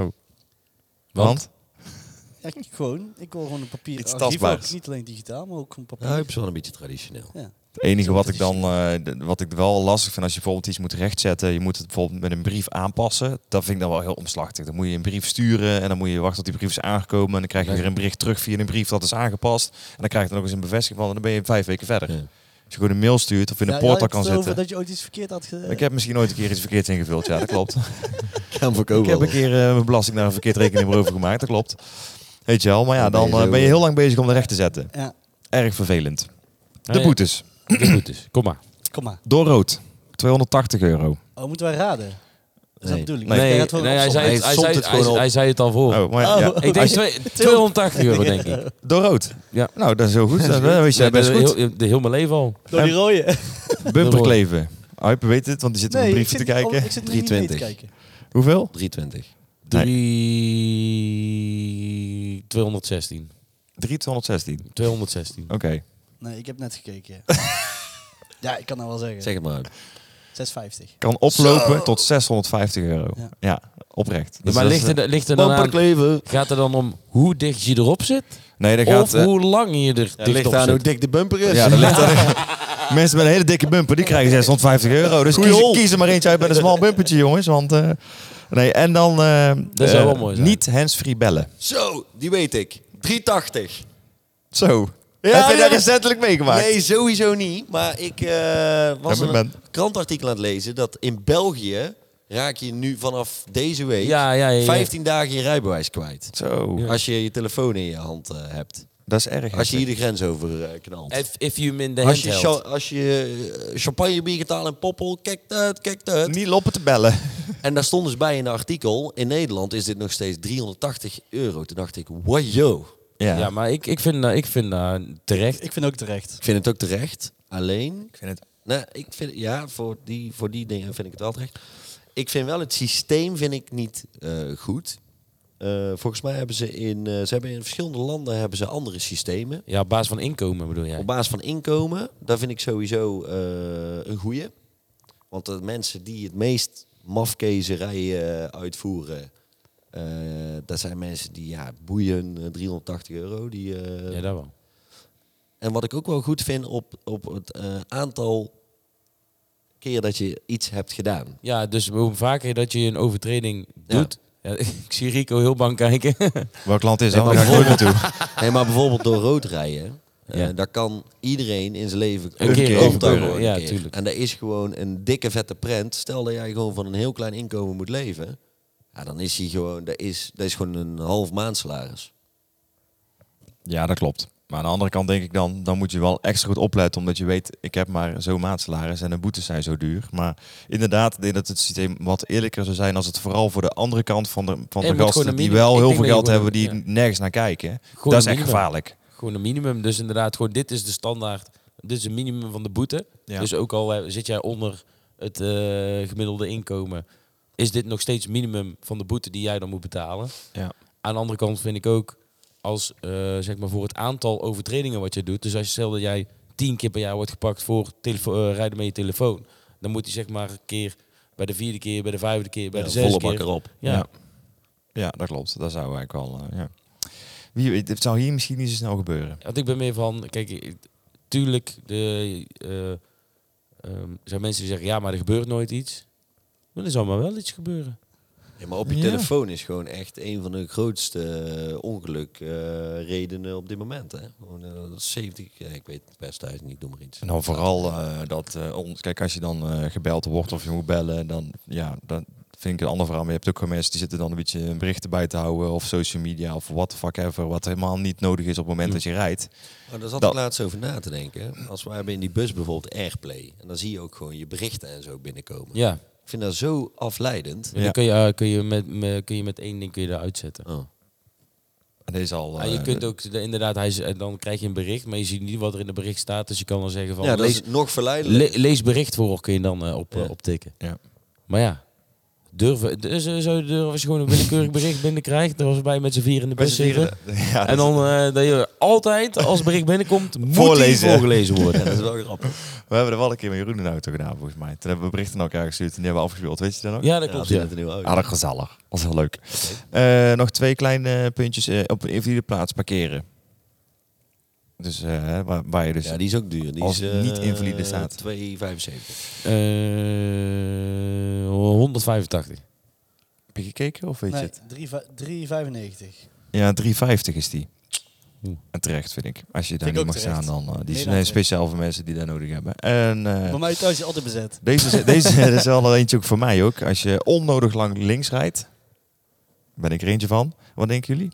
Want? Ja, ik wil gewoon een papier Iets archief tastbaars. ook. Niet alleen digitaal, maar ook een papier. Nou, het is wel een beetje traditioneel. Ja. Het enige wat ik dan wat ik wel lastig vind als je bijvoorbeeld iets moet rechtzetten, je moet het bijvoorbeeld met een brief aanpassen. Dat vind ik dan wel heel omslachtig. Dan moet je een brief sturen en dan moet je wachten tot die brief is aangekomen en dan krijg je weer een bericht terug via een brief dat is aangepast. En dan krijg je dan nog eens een bevestiging van en dan ben je 5 weken verder. Ja. Als je gewoon een mail stuurt of in een Ja, portal je kan had het over zetten. dat je ooit iets verkeerd had gedaan. Ik heb misschien ooit een keer iets verkeerds ingevuld, ja dat klopt. Ik ga hem Ik heb een keer mijn belasting naar een verkeerd rekeningnummer overgemaakt, dat klopt. Weet je wel, maar ja, dan ben je heel lang bezig om de recht te zetten. Ja, Erg vervelend. De Nee, boetes. De boetes. Kom maar. kom maar. Door rood. €280. Oh, moeten wij raden? Dat is Nee. de bedoeling. Nee. Jij Nee, gaat gewoon hij opzommen. zei Hij somt het gewoon op. hij zei het al voor. Oh, maar Oh. ja. Ik denk 280 euro, denk ik. Door rood. Ja. Nou, dat is heel goed. Dat wist jij best goed. Heel mijn leven al. Door die rode. Bumperkleven. Hype weet het, want die zit op een brief te kijken. Ik zit nu niet mee te 320. kijken. Hoeveel? 320. 216. 316. 216. Oké. Nee, ik heb net gekeken. Ja, ik kan nou wel zeggen. Zeg het maar uit. 6,50. Kan oplopen tot €650. Ja. Ja, oprecht. Ja, Dus maar dat ligt is, er dan aan, Bumperkleven. gaat er dan om hoe dicht je erop zit? nee, dat Of gaat... hoe lang je er Het dicht ligt op aan hoe zit? dik de bumper is. ja, dat ligt aan... Mensen met een hele dikke bumper, die krijgen €650. Dus Goeie hol. kies er maar eentje uit met een smal bumpertje, jongens. Want Nee, en dan Dat zou wel mooi zijn. niet handsfree bellen. Zo, die weet ik. 380. Zo. Ja, Heb je ja, daar ja. recentelijk meegemaakt? Nee, sowieso niet. Maar ik was Ja, een krantartikel aan het lezen dat in België raak je nu vanaf deze week Ja. 15 dagen je rijbewijs kwijt. Zo. Ja. Als je je telefoon in je hand hebt. Dat is erg. Als je hier de grens over knalt. If you mean the Als je, handheld. als je champagnebier gaat halen en poppel, kijk dat. Niet loppen te bellen. En daar stond dus bij in een artikel, in Nederland is dit nog steeds €380. Toen dacht ik, wow. Ja, maar ik vind dat terecht. Ik vind ook terecht. Ik vind het ook terecht. Alleen, Ik vind het... nee, ik vind, ja, voor die dingen vind ik het wel terecht. Ik vind wel het systeem vind ik niet goed. Volgens mij hebben ze hebben in verschillende landen hebben ze andere systemen. Ja, op basis van inkomen bedoel jij? Op basis van inkomen, daar vind ik sowieso een goeie. Want de mensen die het meest mafkezerij uitvoeren, dat zijn mensen die boeien €380. Ja, dat wel. En wat ik ook wel goed vind op het aantal keer dat je iets hebt gedaan. Ja, dus hoe vaker dat je een overtreding doet... Ja, ik zie Rico heel bang kijken. Welk land is Nee, dat? maar Daar ga ik nooit naartoe. Nee, maar bijvoorbeeld door rood rijden, Ja. daar kan iedereen in zijn leven Een keer overtuigen gebeuren, worden, ja, een keer. tuurlijk. En dat is gewoon een dikke vette prent. Stel dat jij gewoon van een heel klein inkomen moet leven, ja, dan is hij gewoon, dat is gewoon een half maandsalaris. Ja, dat klopt. Maar aan de andere kant denk ik dan moet je wel extra goed opletten. Omdat je weet, ik heb maar zo'n maandsalaris en de boetes zijn zo duur. Maar inderdaad, ik denk dat het systeem wat eerlijker zou zijn als het vooral voor de andere kant van de je moet gewoon gasten een die minimum- wel ik heel denk veel dat je geld gewoon hebben, die een- nergens naar kijken. Gewoon Dat is een echt minimum. gevaarlijk. Gewoon een minimum. Dus inderdaad, gewoon dit is de standaard. Dit is een minimum van de boete. Ja. Dus ook al zit jij onder het gemiddelde inkomen, is dit nog steeds minimum van de boete die jij dan moet betalen. Ja. Aan de andere kant vind ik ook, als zeg maar voor het aantal overtredingen wat je doet. Dus als je stelt dat jij 10 keer per jaar wordt gepakt voor rijden met je telefoon, dan moet hij zeg maar een keer bij de 4e keer, bij de 5e keer, bij de 6e volle keer. bak erop. Ja. Ja, dat klopt. Dat zou eigenlijk wel... ja. Wie weet, het zou hier misschien niet zo snel gebeuren. Want ik ben meer van, kijk, tuurlijk, zijn mensen die zeggen, ja, maar er gebeurt nooit iets. Maar er zal maar wel iets gebeuren. Ja, maar op je Ja. telefoon is gewoon echt een van de grootste ongelukredenen op dit moment. Hè? Gewoon, 70, ik weet het best thuis niet, doe maar iets. En dan vooral kijk, als je dan gebeld wordt of je moet bellen, dan vind ik een ander verhaal. Maar je hebt ook gewoon mensen die zitten dan een beetje berichten bij te houden of social media of what the fuck ever, wat helemaal niet nodig is op het moment dat je rijdt. Maar daar zat Dat- ik laatst over na te denken. Als we hebben in die bus bijvoorbeeld Airplay. En dan zie je ook gewoon je berichten en zo binnenkomen. Ja, Ik vind dat zo afleidend. Ja. dan kun je met één ding kun je eruit zetten. Oh. En deze al. Ja, je kunt ook inderdaad, dan krijg je een bericht, maar je ziet niet wat er in het bericht staat. Dus je kan dan zeggen van, Ja, dat lees, is nog verleidelijk. lees bericht voor, kun je dan Ja. optikken. Ja. Maar ja, zou je durven als je gewoon een willekeurig bericht binnenkrijgt, dan was bij met z'n vier in de bus zitten. Ja, En dan dat je altijd, als bericht binnenkomt, moet Voorlezen. die voorgelezen worden. Ja, dat is wel grappig. we hebben er wel een keer met Jeroen in de auto gedaan, volgens mij. Toen hebben we berichten naar elkaar gestuurd en die hebben we afgespeeld. Weet je dat nog? Ja, dat Ja, klopt. als je Ja. net een nieuwe auto. Ah, dat is gezellig. Dat was wel leuk. Nog 2 kleine puntjes op een invalide plaats parkeren. Dus waar je dus... Ja, die is ook duur. Die Als is het niet invalide staat. €2,75. 185. Heb je gekeken of weet je het? Nee, 3,95. Ja, 3,50 is die. Oeh. En terecht vind ik. Als je daar Vind ik niet ook mag staan, terecht. dan die Nee, is dan nee, terecht. speciaal voor mensen die dat nodig hebben. En Bij mij thuis is altijd bezet. deze is wel eentje ook voor mij ook. Als je onnodig lang links rijdt, ben ik er eentje van. Wat denken jullie?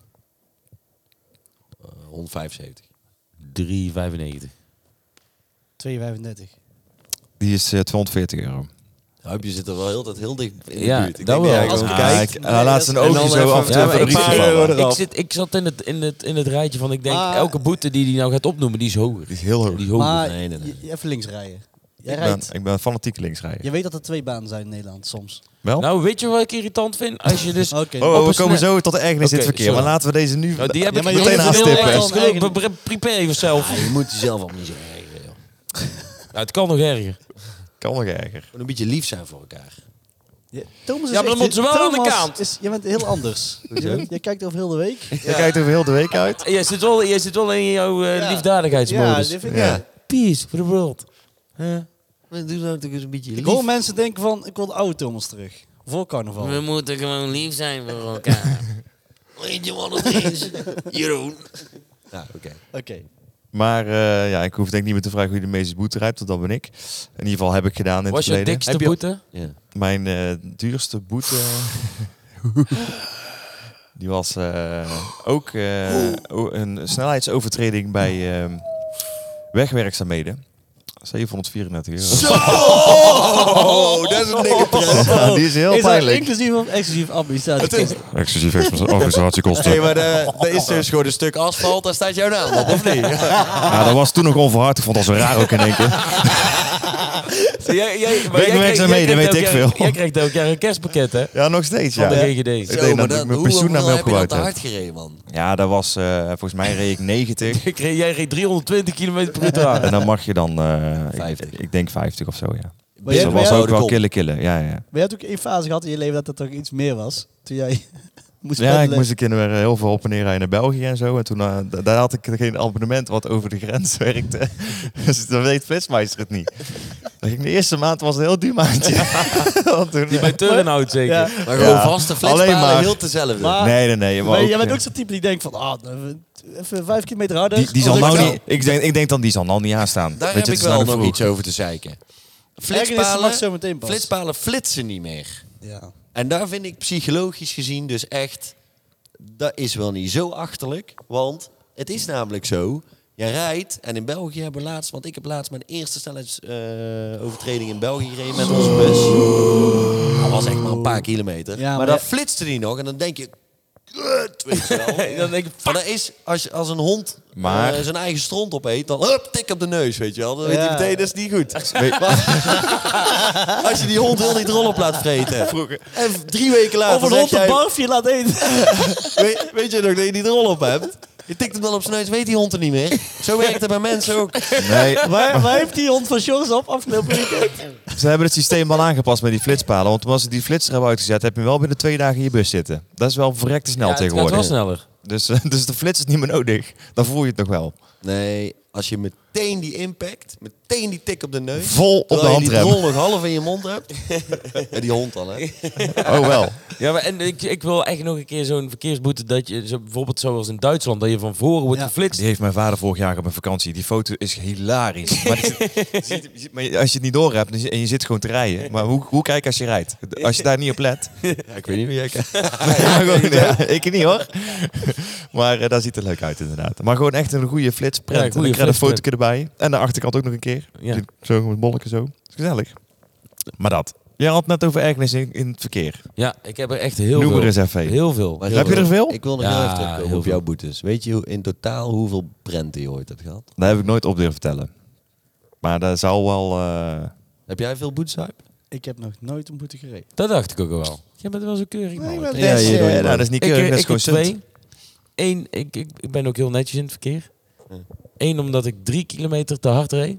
175. 3,95. 2,35. Die is €240. Huipje zit er wel heel dicht in de Ja, buurt. Ik dat denk wel. jij Als gewoon ik kijkt. laat zijn en ogen dan zo even- af en toe Ja, even maar een briefje paar vallen. euro eraf. ik zat in het rijtje van, ik denk, Maar- elke boete die hij nou gaat opnoemen, die is hoger. Die is heel hoog. Die is hoger. Maar Nee. even links rijden. Jij Ik rijdt. ben fanatiek links rijden. Je weet dat er 2 banen zijn in Nederland soms. Wel? Nou, weet je wat ik irritant vind? Als je dus... Oké. Oh, op we een komen sne- zo tot de ergernis in Oké, het verkeer. sorry. Maar laten we deze nu... Nou, die heb Ja, ik maar je meteen hoeft heel aanstippen. heel erg. eigen- Prepare yourself. Ja, je moet jezelf allemaal niet zo ergeren, joh. Nou, het kan nog erger. Kan nog erger. Gewoon een beetje lief zijn voor elkaar. Thomas is Ja, maar dan echt- moeten ze wel aan de Thomas kant. Jij bent heel anders. Je kijkt over heel de week. Je kijkt over heel de week uit. Jij zit wel in jouw Ja. liefdadigheidsmodus. dit vind ik. Ja. Peace for the world. Maar doe nou toch eens een beetje lief. Ik hoor mensen denken van, ik wil de oude Thomas terug. voor carnaval. We moeten gewoon lief zijn voor elkaar. Weet je wat het is? Jeroen. Ja, oké. Oké. Maar ik hoef denk ik niet meer te vragen wie de meeste boete rijdt, want dat ben ik. In ieder geval heb ik gedaan in het Was je verleden. dikste Heb je- boete? Ja. Mijn duurste boete... die was ook een snelheidsovertreding bij wegwerkzaamheden. 734 euro. Oh, dat is een dikke pret. Ja, die is heel Is dat pijnlijk. inclusief of exclusief administratie? Het is, Exclusief administratiekosten. hey, maar er is dus gewoon een stuk asfalt, daar staat jouw naam op, of niet? Ja, dat was toen nog onverhard. Ik vond dat zo raar ook in één keer. Werkzaamheden, weet ik veel. Jij krijgt elk jaar een kerstpakket, hè? Ja, nog steeds, Van ja. de GGD. Ik denk Zo, dat ik mijn pensioen naar me heb je dat opgebouwd te heb. hard gereden, man? Ja, dat was... volgens mij reed ik 90. Jij reed 320 km per uur aan. En dan mag je dan... 50. Ik denk 50 of zo, ja. Maar Dus jij- dat maar was jij- ook wel kop. killen. Ja, ja. Maar je hebt ook een fase gehad in je leven dat er toch iets meer was? Toen jij moest Ja, ik pendelen. moest een keer heel veel op en neer rijden naar België en zo. En toen daar had ik geen abonnement wat over de grens werkte. Dus dan weet Flitsmeister het niet. Dan ging de eerste maand was een heel duur maandje. Want toen, Die bij Turnhout zeker. Ja. Maar gewoon Ja. vaste Alleen flitspalen, maar. heel dezelfde. Maar- Nee. Maar ook, jij bent ook zo'n type die denkt van, even 5 kilometer harder. die zal Of nou ik- niet... Ik denk dan die zal nou niet aanstaan. Daar Weet heb je, ik het is nou wel nog nog vroeg. iets over te zeiken. Ergernis mag zo meteen pas. Flitspalen flitsen niet meer. Ja. En daar vind ik psychologisch gezien dus echt... Dat is wel niet zo achterlijk. Want het is namelijk zo... Je rijdt, en in België hebben we laatst... Want ik heb laatst mijn eerste snelheidsovertreding in België gereden met onze bus. Dat was echt maar een paar kilometer. Ja, maar maar dan ja- flitste die nog en dan denk je... Kut, weet je wel. Dan denk ik, Maar dat is, als een hond Maar- zijn eigen stront opeet, dan hup, tik op de neus, weet je wel. Dan weet Ja. je meteen, dat is niet goed. Weet- Als je die hond heel die drol op laat vreten. En 3 weken later Of een zeg hond een jij, barfje laat eten. weet je nog dat je die drol op hebt? Je tikt hem dan op zijn neus, weet die hond er niet meer. Zo werkt het bij mensen ook. Nee, Waar heeft die hond van Sjors op afgelopen weekend? ze hebben het systeem wel aangepast met die flitspalen. Want als ze die flitser hebben uitgezet, heb je hem wel binnen 2 dagen in je bus zitten. Dat is wel verrekte snel ja, het gaat tegenwoordig. wel sneller. Dus de flits is niet meer nodig. Dan voel je het nog wel. Nee, als je meteen die impact, meteen die tik op de neus. Vol op de terwijl je die handrem. drol nog half in je mond hebt. Ja, die hond dan, hè. Oh wel. Ja, maar en ik wil echt nog een keer zo'n verkeersboete dat je, bijvoorbeeld zoals in Duitsland, dat je van voren wordt Ja. geflitst. Die heeft mijn vader vorig jaar op een vakantie. Die foto is hilarisch. Maar, maar als je het niet door hebt en je zit gewoon te rijden. Maar hoe kijk als je rijdt? Als je daar niet op let. Ja, ik weet niet wie jij kijkt. Ja, gewoon, ja, ik niet hoor. Maar daar ziet het leuk uit inderdaad. Maar gewoon echt een goede flitsprint. Ja, En goede ik krijg een foto flitsprint. erbij. En de achterkant ook nog een keer. Ja. Zo met bolletjes zo. Gezellig. Maar dat. Jij had het net over ergernis in het verkeer. Ja, ik heb er echt heel Noem veel. er eens even. Heel veel. Maar Heb je er veel? Ik wil nog Ja, heel even terugkomen heel op veel. jouw boetes. Weet je in totaal hoeveel prenten je ooit hebt gehad? Dat heb ik nooit op durven vertellen. Maar dat zou wel... Heb jij veel boetes, Huip? Ik heb nog nooit een boete gereden. Dat dacht ik ook al wel. Jij bent wel zo keurig, man. maar- Ja, Dus, nou, dat is niet keurig, dat is ik gewoon heb sunt. 2. 1, ik ben ook heel netjes in het verkeer. 1, omdat ik 3 kilometer te hard reed.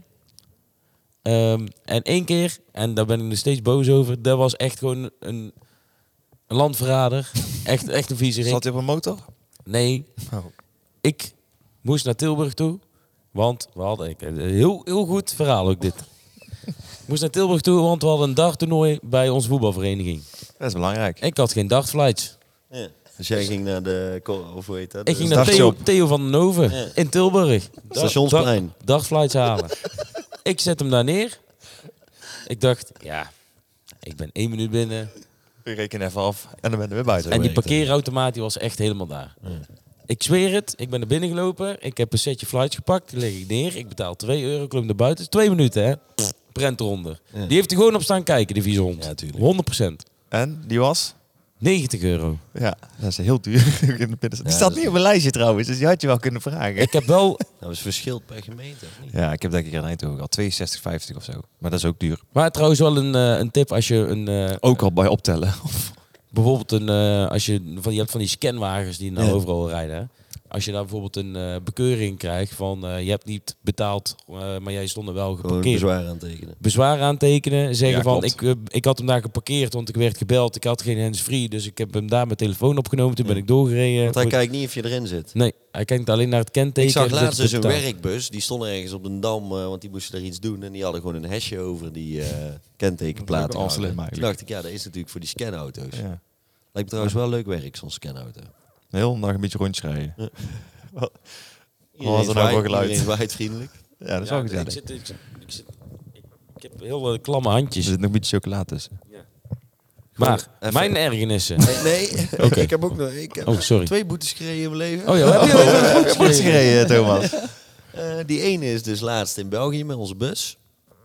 En 1 keer, en daar ben ik nog steeds boos over, dat was echt gewoon een landverrader. echt een viezerik. Zat hij op een motor? Nee, Oh. ik moest naar Tilburg toe, want we hadden een heel goed verhaal ook dit. Ik moest naar Tilburg toe, want we hadden een darttoernooi bij onze voetbalvereniging. Dat is belangrijk. Ik had geen dartflights. Ja. Dus jij ging naar de... Of hoe heet dat? Ik ging De naar Startshop. Theo van den Hoven Ja. in Tilburg. Stationsplein. Dagflights halen. Ik zet hem daar neer. Ik dacht, ja, ik ben 1 minuut binnen. Ik reken even af en dan ben je weer buiten. En die parkeerautomaat die was echt helemaal daar. Ik zweer het, ik ben naar binnen gelopen. Ik heb een setje flights gepakt. Die leg ik neer. Ik betaal €2. Ik loop naar buiten. 2 minuten, hè. Prent eronder. Ja. Die heeft er gewoon op staan kijken, die vieze hond. Ja, tuurlijk. 100%. En die was? €90. Ja, dat is heel duur. Die staat niet op een lijstje trouwens, dus die had je wel kunnen vragen. Ik heb wel... Dat is verschilt per gemeente, of niet? Ja, ik heb denk ik in Eindhoven al 62,50 of zo. Maar dat is ook duur. Maar trouwens wel een tip als je een... Ook al bij optellen. Bijvoorbeeld als je hebt van die scanwagens die nou Ja. overal rijden. Hè? als je daar bijvoorbeeld een bekeuring krijgt van je hebt niet betaald, maar jij stond er wel Gewoon geparkeerd. bezwaar aantekenen. Bezwaar aantekenen, zeggen Ja, van klopt. ik had hem daar geparkeerd, want ik werd gebeld, ik had geen handsfree, dus ik heb hem daar mijn telefoon opgenomen, toen ben ik doorgereden. Want hij kijkt niet of je erin zit. Nee, hij kijkt alleen naar het kenteken. Ik zag en zegt, laatst dus een betaald. werkbus, die stond ergens op een dam, want die moesten daar iets doen. En die hadden gewoon een hesje over die kentekenplaten. Dat is ook al slim Toen eigenlijk. dacht ik, ja, dat is natuurlijk voor die scanauto's. Ja. Lijkt me trouwens wel leuk werk, zo'n scanauto. Heel dag een beetje rondjes rijden. Iedereen was er nou voor zwaait- geluid? Iedereen zwaait vriendelijk. Ja, dat is Ja, wel ik gezellig. ik heb heel klamme handjes. Er zit nog een beetje chocola tussen. Maar Even- mijn ergernissen. Nee, Oké. ik heb ook nog ik heb Oh, sorry. 2 boetes gekregen in mijn leven. Oh ja, heb je ook een Goed gereden, Thomas. Die ene is dus laatst in België met onze bus.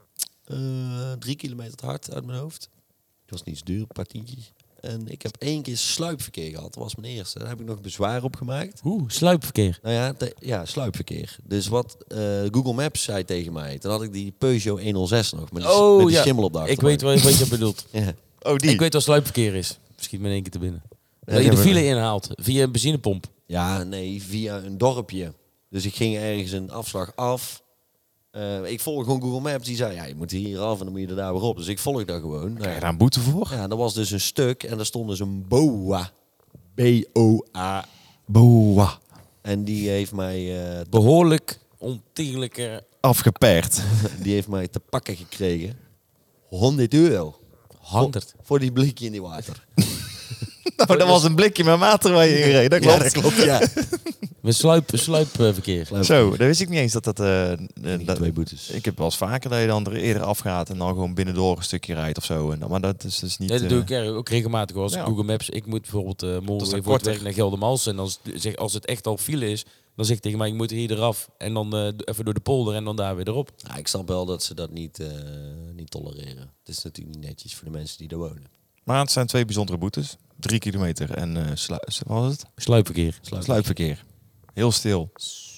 3 kilometer te hard uit mijn hoofd. Het was niet zo duur, een paar tientjes. En ik heb 1 keer sluipverkeer gehad. Dat was mijn eerste. Daar heb ik nog bezwaar op gemaakt. Sluipverkeer. Nou ja, sluipverkeer. Dus wat Google Maps zei tegen mij. Toen had ik die Peugeot 106 nog. Met die schimmel op de Ik achterbank. weet wat je bedoelt. Ja. Oh, die. Ik weet wat sluipverkeer is. Schiet me in één keer te binnen. Ja, Dat je de hebben we- file inhaalt via een benzinepomp. Ja, nee, via een dorpje. Dus ik ging ergens een afslag af. Ik volg gewoon Google Maps. Die zei, ja, je moet hier af en dan moet je er daar weer op. Dus ik volg daar gewoon. Nou Krijg je ja, daar een boete voor? ja, dat was dus een stuk en daar stond dus een BOA. B-O-A. Boa. En die heeft mij, Behoorlijk ontiegelijke... Afgeperkt. die heeft mij te pakken gekregen. €100. 100. Voor die blikje in die water. Nou, dat was een blikje met water waar je in reed. Dat klopt. Ja, dat klopt, ja. Met sluipverkeer. Zo, dat wist ik niet eens dat... dat 2 boetes. ik heb wel eens vaker dat je dan er eerder afgaat en dan gewoon binnendoor een stukje rijdt of zo. En, maar dat is dus niet... Nee, dat doe ik ook regelmatig. Als ja. Google Maps, ik moet bijvoorbeeld morgen dan weer voor het korter. werk naar Geldermalsen. En dan zeg, als het echt al file is, dan zeg ik tegen mij, ik moet hier eraf. En dan even door de polder en dan daar weer erop. Ja, ik snap wel dat ze dat niet tolereren. Het is natuurlijk niet netjes voor de mensen die daar wonen. Maar het zijn 2 bijzondere boetes. 3 kilometer en wat was het? Sluipverkeer. Sluipverkeer. Heel stil.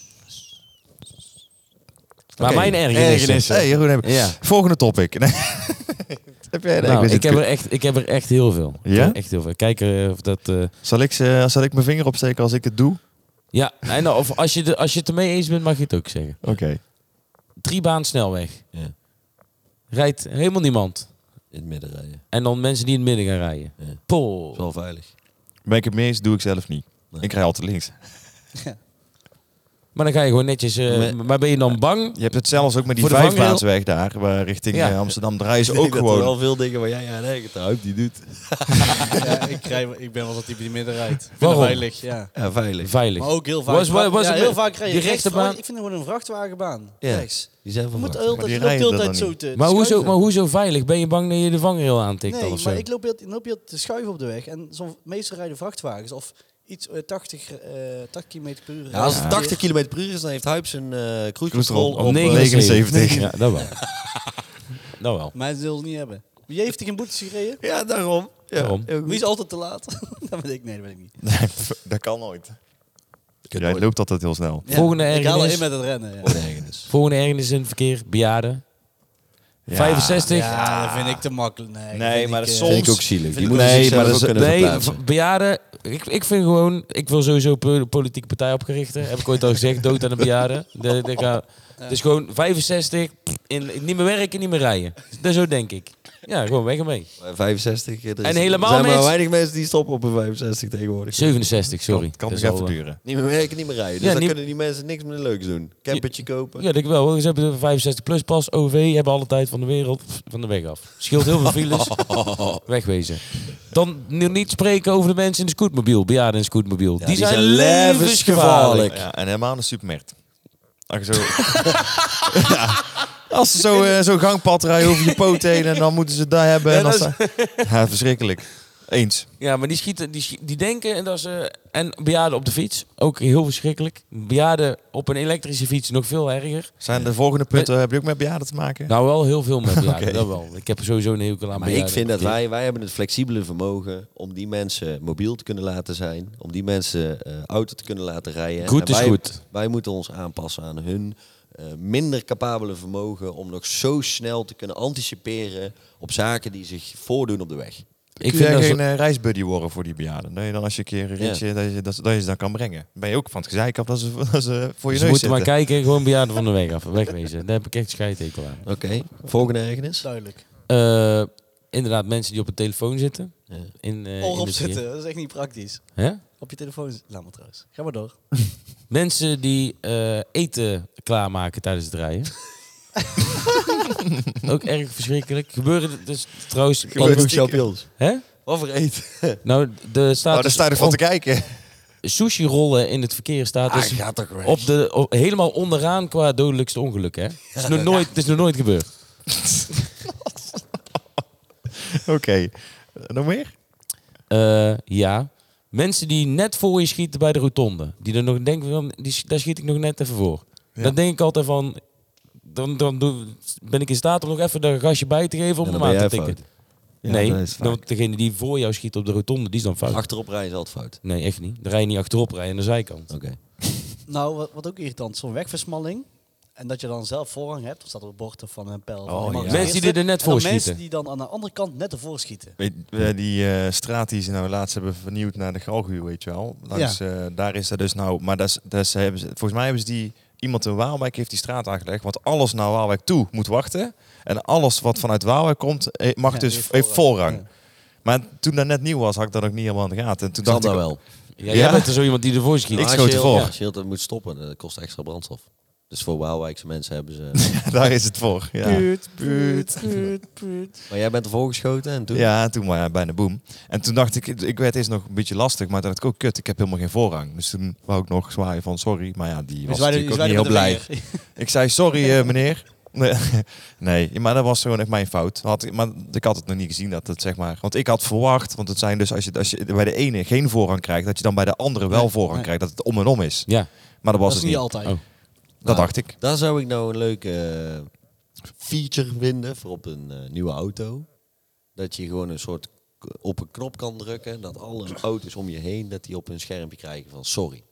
Maar Oké, mijn ergernissen. Hey, Jeroen, Ja. volgende topic. Nee. Heb jij Nou, wist ik het heb er echt heel veel. Ja? Ik heb er echt heel veel. Kijk of dat... Zal ik mijn vinger opsteken als ik het doe? Ja, en nou, of als je het ermee eens bent, mag je het ook zeggen. Oké. 3-baan snelweg. Ja. Rijdt helemaal niemand. In het midden rijden. En dan mensen die in het midden gaan rijden. Ja. Poh. Dat is wel veilig. Ben ik het mee eens, doe ik zelf niet. Nee. Ik rij altijd links. Maar dan ga je gewoon netjes... maar ben je dan bang? Je hebt het zelfs ook met die Voor de vangrail? vijfbaansweg daar, waar richting Ja. Amsterdam draaien ze Ik ook denk dat er gewoon. wel veel dingen waar jij aan denkt. De die doet. Ja, ik ben wel dat type die midden rijdt. Ik vind Waarom? het veilig, ja. Ja, veilig. Veilig. Maar ook heel vaak. Was ja, het heel met vaak rij je die rechts rechterbaan? voor- Ik vind het gewoon een vrachtwagenbaan. Ja. Rechts. Die zijn Je van moet vracht. altijd, die je loopt rijden de hele er tijd dan zo te Maar schuiven. hoezo veilig? Ben je bang dat je de vangrail aantikt dan Nee, of zo? maar ik loop hier te schuiven op de weg. En meestal rijden vrachtwagens of iets 80 km per uur. Ja, als het Ja. 80 km per uur is, dan heeft Huips een cruise Cruise control control op 79. Ja, dat wel. Dat wel. Maar ze zullen het niet hebben. Wie heeft er geen boetes gereden? Ja, daarom. Ja, Daarom. heel goed. Wie is altijd te laat? dat weet ik. Nee, dat weet ik niet. Nee, dat kan nooit. kunt Jij nooit- loopt altijd heel snel. Ja, Volgende ik haal ergernis. in met het rennen. Ja. Ergernis. Volgende ergernis in het verkeer. Bejaarden. Ja. 65. Ja, dat vind ik te makkelijk. Nee, Nee, vind maar ik, dat Vind ik soms- ook zielig. Die vind ik moeten ook- Nee, zichzelf maar ook dat is- kunnen Nee, verplaatsen. bejaarden. Ik vind gewoon... Ik wil sowieso politieke partij opgerichten. Heb ik ooit al gezegd. Dood aan de bejaarden. Dus gewoon 65. Niet meer werken, niet meer rijden. Dat zo denk ik. Ja, gewoon weg ermee. Bij 65. En helemaal er zijn maar mensen- weinig mensen die stoppen op een 65 tegenwoordig. 67, sorry. Kan Dat nog is al, even duren. Niet meer werken, niet meer rijden. Dus Ja, dan niet- kunnen die mensen niks meer leuks doen. Campertje kopen. Ja, denk ik wel. Ze hebben de 65 plus pas, OV, hebben alle tijd van de wereld van de weg af. Scheelt heel veel files. Wegwezen. Dan niet spreken over de mensen in de scootmobiel, bejaarden in de scootmobiel. Ja, die die zijn zijn levensgevaarlijk. Ja, en helemaal in de supermarkt. Als je zo... Ja, als ze zo gangpad rijden over je poot heen en dan moeten ze dat hebben. En Ja, dan dat ja, verschrikkelijk. Eens. Ja, maar die denken en dat ze... En bejaarden op de fiets, ook heel verschrikkelijk. Bejaarden op een elektrische fiets nog veel erger. Zijn de volgende punten, heb je ook met bejaarden te maken? Nou, wel heel veel met bejaarden, Oké. dat wel. Ik heb sowieso een hekel aan Maar ik bejaarden. vind dat wij hebben het flexibele vermogen om die mensen mobiel te kunnen laten zijn. Om die mensen auto te kunnen laten rijden. Goed En is wij, goed. Wij moeten ons aanpassen aan hun minder capabele vermogen om nog zo snel te kunnen anticiperen op zaken die zich voordoen op de weg. Ik Kun vind jij dat geen reisbuddy worden voor die bejaarden? Dat je dan als je een keer een ritje, dat je ze dan kan brengen. Ben je ook van het gezeik af dat ze voor je Ze neus moeten maar zitten? kijken, gewoon bejaarden van de weg af. Wegwezen. Daar heb ik echt scheidhekel aan. Oké, volgende ergernis. Duidelijk. Inderdaad, mensen die op een telefoon zitten. Ja. In Oor de op verkeer. zitten, dat is echt niet praktisch. Hè? Op je telefoon zitten. Laat maar trouwens. Ga maar door. Mensen die eten klaarmaken tijdens het rijden. Ook erg verschrikkelijk. Gebeuren dus trouwens... champignons. Hè? Wat voor eten? Nou, er staat daar dus sta je ervan te kijken. sushi rollen in het verkeer staat dus Ga toch weg. helemaal onderaan qua dodelijkste ongeluk. Hè? Het is nog nooit gebeurd. Oké. Nog meer? Ja. Mensen die net voor je schieten bij de rotonde. Die er nog denken van, daar schiet ik nog net even voor. Ja. Dan denk ik altijd van... Dan ben ik in staat om nog even daar een gasje bij te geven om Ja, hem dan aan ben te jij tikken. Ja, Nee, dat is vaak. want degene die voor jou schiet op de rotonde, die is dan fout. Achterop rijden is altijd fout. Nee, echt niet. Dan rij je niet achterop, rij je aan de zijkant. Oké. Nou, wat ook irritant. Zo'n wegversmalling. En dat je dan zelf voorrang hebt. Er staat op het bord van een pijl. Oh, van ja. als Mensen die eerste. er net En dan voor mensen schieten. die dan aan de andere kant net ervoor schieten. Die straat die ze nou laatst hebben vernieuwd naar de Galguur, weet je wel. Langs, daar is er dus nou... Maar volgens mij hebben ze iemand in Waalwijk heeft die straat aangelegd. Want alles naar Waalwijk toe moet wachten. En alles wat vanuit Waalwijk komt, mag Ja, dus heeft heeft voorrang. Ja. Maar toen dat net nieuw was, had ik dat ook niet helemaal in de gaten. En toen Kan dacht dat ik, wel. Ja, jij bent er zo iemand die ervoor schiet. Ik Maar schoot als je ervoor. Als je heel tijd moet stoppen, dat kost extra brandstof. Dus voor Waalwijkse mensen hebben ze... daar is het voor. Ja, Maar jij bent ervoor geschoten en toen? ja toen maar ja, bijna boem. En toen dacht ik werd eerst nog een beetje lastig. Maar toen dacht ik ook, kut, ik heb helemaal geen voorrang. Dus toen wou ik nog zwaaien van sorry. Maar ja, die was natuurlijk ook niet heel blij. Ik zei, sorry meneer. Nee, maar dat was gewoon echt mijn fout. Maar ik had het nog niet gezien dat het zeg maar... Want ik had verwacht, want het zijn dus als je bij de ene geen voorrang krijgt, dat je dan bij de andere wel voorrang nee. krijgt. Dat het om en om is. Ja. Maar dat was Dat is het niet niet. altijd. Oh. Dat dacht ik. Daar zou ik nou een leuke feature vinden voor op een nieuwe auto. Dat je gewoon een soort op een knop kan drukken. Dat alle auto's om je heen, dat die op hun schermpje krijgen van sorry.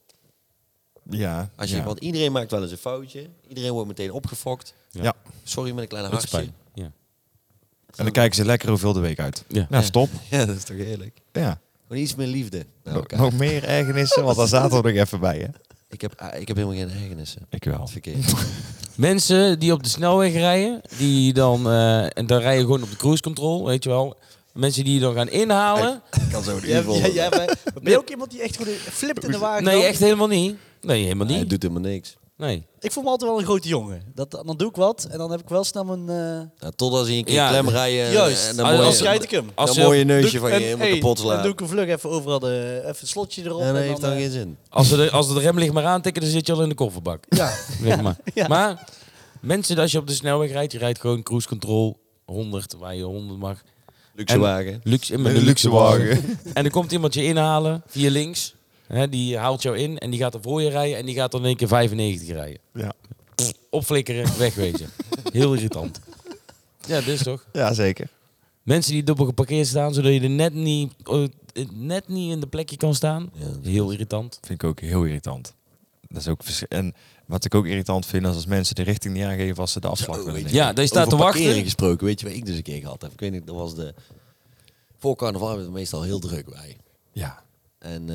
Ja. Als je, ja. Want iedereen maakt wel eens een foutje. Iedereen wordt meteen opgefokt. Ja. Sorry met een kleine Met hartje. spijt. Ja. En dan kijken ze lekker hoeveel de week uit. Ja. Nou, stop. Ja, dat is toch heerlijk. Ja. Gewoon iets meer liefde naar Nog, elkaar. nog meer ergernissen, want daar zaten we nog even bij, hè? Ik heb helemaal geen ergernissen. Ik wel. Dat is verkeerd. Mensen die op de snelweg rijden, die dan... en dan rij je gewoon op de cruise control, weet je wel. Mensen die je dan gaan inhalen. Ik kan zo de Ben je ook iemand die echt gewoon flipt in de wagen? Nee, dan? echt helemaal niet. Nee, helemaal Nee, niet. het doet helemaal niks. Nee. Ik voel me altijd wel een grote jongen. Dan doe ik wat en dan heb ik wel snel mijn... Nou, totdat ze een keer Ja, klem rijden. juist, En als- dan als- scheid ik hem. Als dan mooi je neusje Doe- van je en, helemaal hey, kapot Dan slaan. doe ik een vlug even overal even het slotje erop. En dat en heeft dan geen zin. Als de remlicht maar aantikken, dan zit je al in de kofferbak. Ja. Zeg maar. Ja. Maar mensen, als je op de snelweg rijdt, je rijdt gewoon cruise control 100, waar je 100 mag. Luxe En- wagen. Luxe, met Een een luxe wagen. En er komt iemand je inhalen via links. Hè, die haalt jou in en die gaat er voor je rijden en die gaat dan in één keer 95 rijden. Ja. Opflikkeren, wegwezen. Heel irritant. Ja, dat is toch? Ja, zeker. Mensen die dubbel geparkeerd staan, zodat je er net niet in de plekje kan staan. Ja. Heel irritant. Vind ik ook heel irritant. Dat is ook en wat ik ook irritant vind, is als mensen de richting niet aangeven als ze de afslag willen weet je. nemen. Ja, dat je staat Over te parkeren wachten. gesproken, weet je waar ik dus een keer gehad heb? Ik weet niet, dat was de... Voor carnaval hebben we het meestal heel druk bij. Ja. En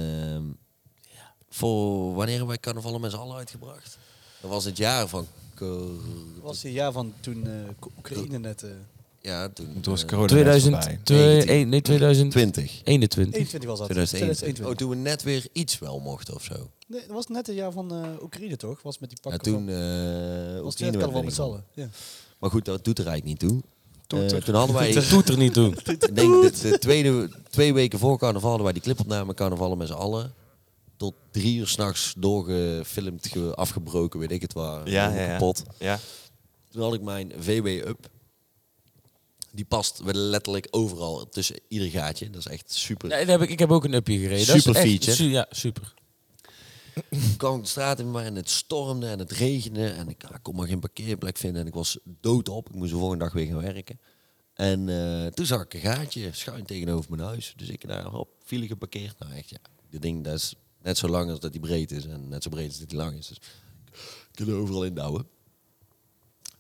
voor wanneer hebben wij carnaval met z'n allen uitgebracht? Dat was het jaar van... Dat was het jaar van toen Oekraïne net... ja, toen... Toen was corona net voorbij. 2020. 21 was dat. 2021. Oh, toen we net weer iets wel mochten of zo. Nee, dat was net het jaar van Oekraïne toch? Was met die Ja, pakken toen... van... was Oekraïne het werd wel met z'n binnengevallen. allen. Ja. Maar goed, dat doet er eigenlijk niet toe. Toeter. Toen hadden wij... Dat doet er niet toe. Ik denk dat de 2 weken voor carnaval hadden wij die clipopname carnavallen met z'n allen. Tot 3 uur s'nachts doorgefilmd, afgebroken, weet ik het waar. Ja, helemaal ja, ja. kapot. Ja. Toen had ik mijn VW Up. Die past letterlijk overal tussen ieder gaatje. Dat is echt super. Nee, ik heb ook een upje gereden. Super dat is echt feature. Ja, super. Ik kwam de straat in en het stormde en het regende. En ik kon maar geen parkeerplek vinden. En ik was doodop. Ik moest de volgende dag weer gaan werken. En toen zag ik een gaatje schuin tegenover mijn huis. Dus ik daar, hop, file geparkeerd. Nou echt, ja. Dit ding, dat is net zo lang als dat die breed is. En net zo breed als dat die lang is. Dus ik kan er overal in douwen.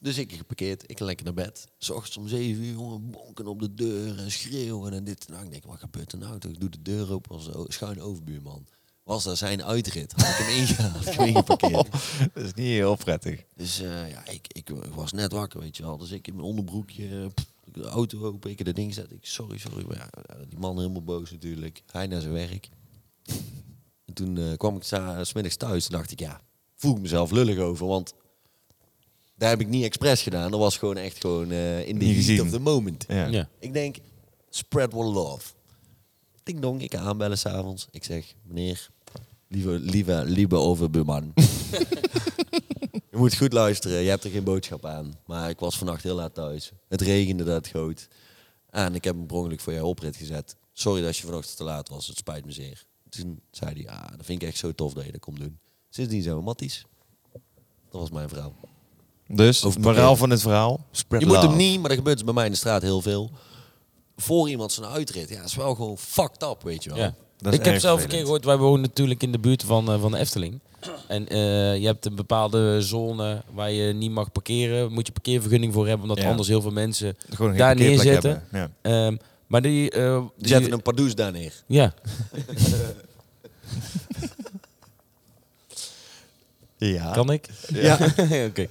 Dus ik geparkeerd, ik lekker naar bed. 's Ochtends om 7 uur, jongen, bonken op de deur en schreeuwen en dit. Nou, ik denk, wat gebeurt er nou? Ik doe de deur open als schuin overbuurman. Was dat zijn uitrit? Had ik hem ingeparkeerd. Dat is niet heel prettig. Dus ik was net wakker, weet je wel. Dus ik in mijn onderbroekje, de auto open, ik in dat ding zet. Sorry. Maar ja, die man helemaal boos natuurlijk. Hij naar zijn werk. En toen kwam ik 's middags thuis en dacht ik, voel ik mezelf lullig over. Want daar heb ik niet expres gedaan. Dat was gewoon echt in the Niet heat gezien. of the moment. Ja. Ja. Ik denk, spread what love. Ding dong, ik aanbellen s'avonds. Ik zeg, meneer, lieve overbuurman. Je moet goed luisteren, je hebt er geen boodschap aan. Maar ik was vannacht heel laat thuis. Het regende dat goot. En ik heb hem per ongeluk voor jou oprit gezet. Sorry dat je vanochtend te laat was, het spijt me zeer. Toen zei hij, dat vind ik echt zo tof dat je dat komt doen. Sindsdien zijn we matties. Dat was mijn verhaal. Dus, Over moraal parkeren. van het verhaal. Spread Je moet love. hem niet, maar dat gebeurt dus bij mij in de straat heel veel. Voor iemand zijn uitrit. Ja, dat is wel gewoon fucked up, weet je wel. Ja. Dat is Ik heb erg zelf een keer vervelend. gehoord, wij wonen natuurlijk in de buurt van de Efteling. En je hebt een bepaalde zone waar je niet mag parkeren. Moet je parkeervergunning voor hebben, omdat Ja. anders heel veel mensen Gewoon geen daar parkeerplek neerzetten. hebben. Ja. Maar die Zetten een pardoes daar neer. ja, Ja. kan ik? Ja. Oké.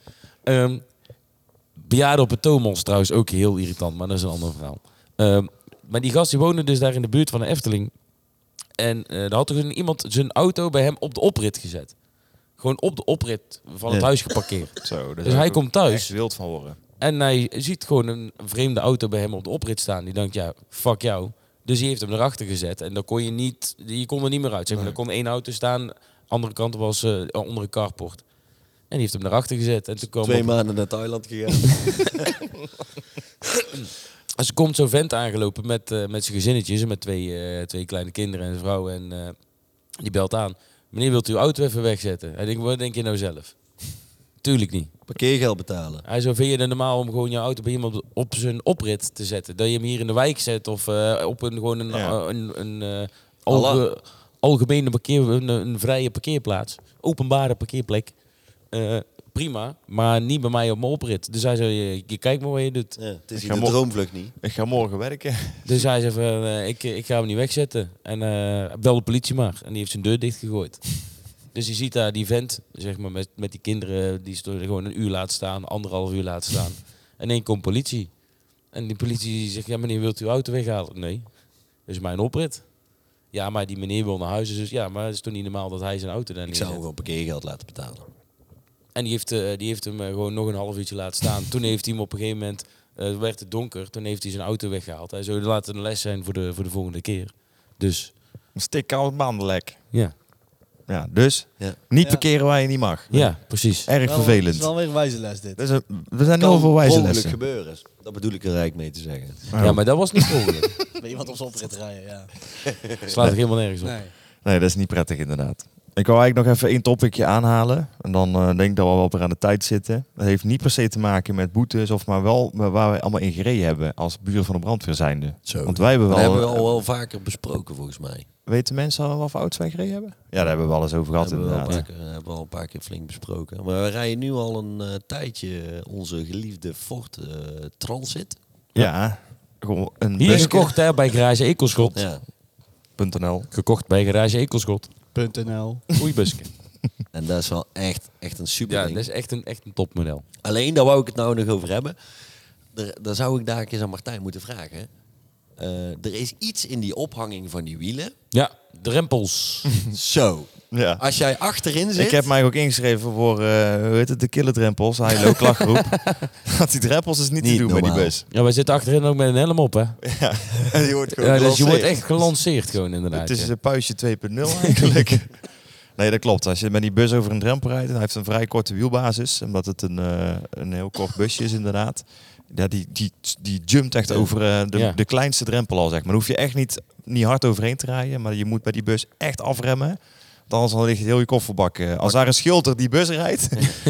Bejaarden op het Thomas trouwens ook heel irritant, maar dat is een ander verhaal. Maar die gast die woonde dus daar in de buurt van de Efteling. En daar had er iemand zijn auto bij hem op de oprit gezet. Gewoon op de oprit van het Ja. huis geparkeerd. Zo, daar Dus zou hij ik komt ook thuis. echt wild van worden. En hij ziet gewoon een vreemde auto bij hem op de oprit staan. Die denkt, ja, fuck jou. Dus die heeft hem erachter gezet. En dan kon je kon er niet meer uit. Zeg maar. Er kon één auto staan. Andere kant was onder een carport. En die heeft hem erachter gezet. En toen kwam 2 maanden naar Thailand gegaan. Dus er komt zo'n vent aangelopen met zijn gezinnetjes. Met twee kleine kinderen en zijn vrouw. En die belt aan. Meneer, wilt u uw auto even wegzetten? Hij denkt, wat denk je nou zelf? Tuurlijk niet. Parkeergeld betalen. Hij zo, vind je het normaal om gewoon je auto bij iemand op zijn oprit te zetten? Dat je hem hier in de wijk zet of op een algemene een vrije parkeerplaats. Openbare parkeerplek. Prima, maar niet bij mij op mijn oprit. Dus hij zei, je kijkt maar wat je doet. Ja, het is ga hier de mo- droomvlucht niet. Ik ga morgen werken. Dus hij zei van, ik ga hem niet wegzetten. En bel de politie maar. En die heeft zijn deur dichtgegooid. Dus je ziet daar die vent, zeg maar, met die kinderen, die gewoon een uur laten staan, 1,5 uur laten staan. En één komt politie. En die politie zegt, ja meneer, wilt u uw auto weghalen? Nee, dat is mijn oprit. Ja, maar die meneer wil naar huis, dus ja, maar het is toch niet normaal dat hij zijn auto daar Ik neerzet. zou hem gewoon parkeergeld laten betalen. En die heeft hem gewoon nog een half uurtje laten staan. Toen heeft hij hem op een gegeven moment, werd het donker, toen heeft hij zijn auto weggehaald. Hij zou laten een les zijn voor de volgende keer. Dus, Een stik koud bandenlek. ja. Ja, dus Ja. niet Ja. parkeren waar je niet mag. Ja, precies. Erg Het is vervelend. wel weer een wijze les dit. Dus, we zijn heel veel wijze ongeluk lessen. gebeuren. Dat bedoel ik er eigenlijk mee te zeggen. Ja, maar dat was niet mogelijk. Bij iemand op zijn oprit rijden, ja. Slaat er helemaal nergens op. Nee. Nee, dat is niet prettig inderdaad. Ik wou eigenlijk nog even 1 topicje aanhalen. En dan denk ik dat we wel weer aan de tijd zitten. Dat heeft niet per se te maken met boetes, of maar wel waar wij allemaal in gereden hebben als buren van de brandweer zijnde. Zo. Want wij hebben Dat wel... hebben we al wel vaker besproken volgens mij. Weten mensen al wat voor auto's wij gereden hebben? Ja, daar hebben we wel eens over gehad Hebben we inderdaad. hebben we al een paar keer flink besproken. Maar we rijden nu al een tijdje onze geliefde Ford Transit. Ja, gewoon een Hier busje.nl. gekocht hè, bij Garage Ekelschot. Ja. Gekocht bij Garage Ekelschot. .nl. Oei, busken. En dat is wel echt een super Ja, ding. dat is echt een topmodel. Alleen, daar wou ik het nou nog over hebben. Daar zou ik daar een keer aan Martijn moeten vragen. Er is iets in die ophanging van die wielen. Ja, drempels. Zo. Ja. Als jij achterin zit... Ik heb mij ook ingeschreven voor, hoe heet het, de killerdrempels, Hilo klachtgroep. Want die drempels is niet te Niet doen met die normaal. bus. Ja, wij zitten achterin ook met een helm op, hè? Die wordt gewoon Ja, dus je wordt gelanceerd. echt gelanceerd gewoon inderdaad. Het is ja. een puistje 2.0 eigenlijk. Nee, dat klopt. Als je met die bus over een drempel rijdt, en hij heeft een vrij korte wielbasis, omdat het een heel kort busje is inderdaad. Ja, die jumpt echt over Ja. de kleinste drempel al, zeg maar. Dan hoef je echt niet hard overheen te rijden, maar je moet bij die bus echt afremmen. Want anders ligt heel je kofferbak. Als daar een schilder die bus rijdt,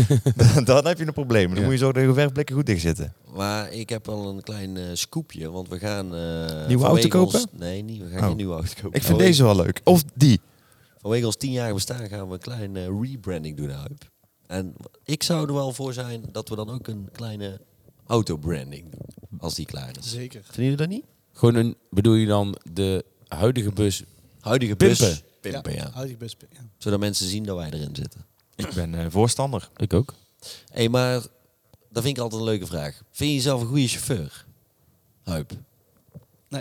dan heb je een probleem. Dan Ja. moet je zo de werkblikken goed dicht zitten. Maar ik heb al een klein scoopje, want we gaan... Nieuwe auto kopen? Nee, we gaan Oh. geen nieuwe auto kopen. Ik vind deze wel leuk. Of die. Vanwege ons 10-jarig bestaan gaan we een klein rebranding doen, Huip. En ik zou er wel voor zijn dat we dan ook een kleine autobranding doen. Als die klaar is. Zeker. Vinden jullie dat niet? Gewoon bedoel je dan de huidige bus? Huidige Pimpen. bus. Pimpen, ja. Huidige bus. Ja. Zodat mensen zien dat wij erin zitten. Ik ben voorstander. Ik ook. Hé, maar dat vind ik altijd een leuke vraag. Vind je jezelf een goede chauffeur? Huip. Nee.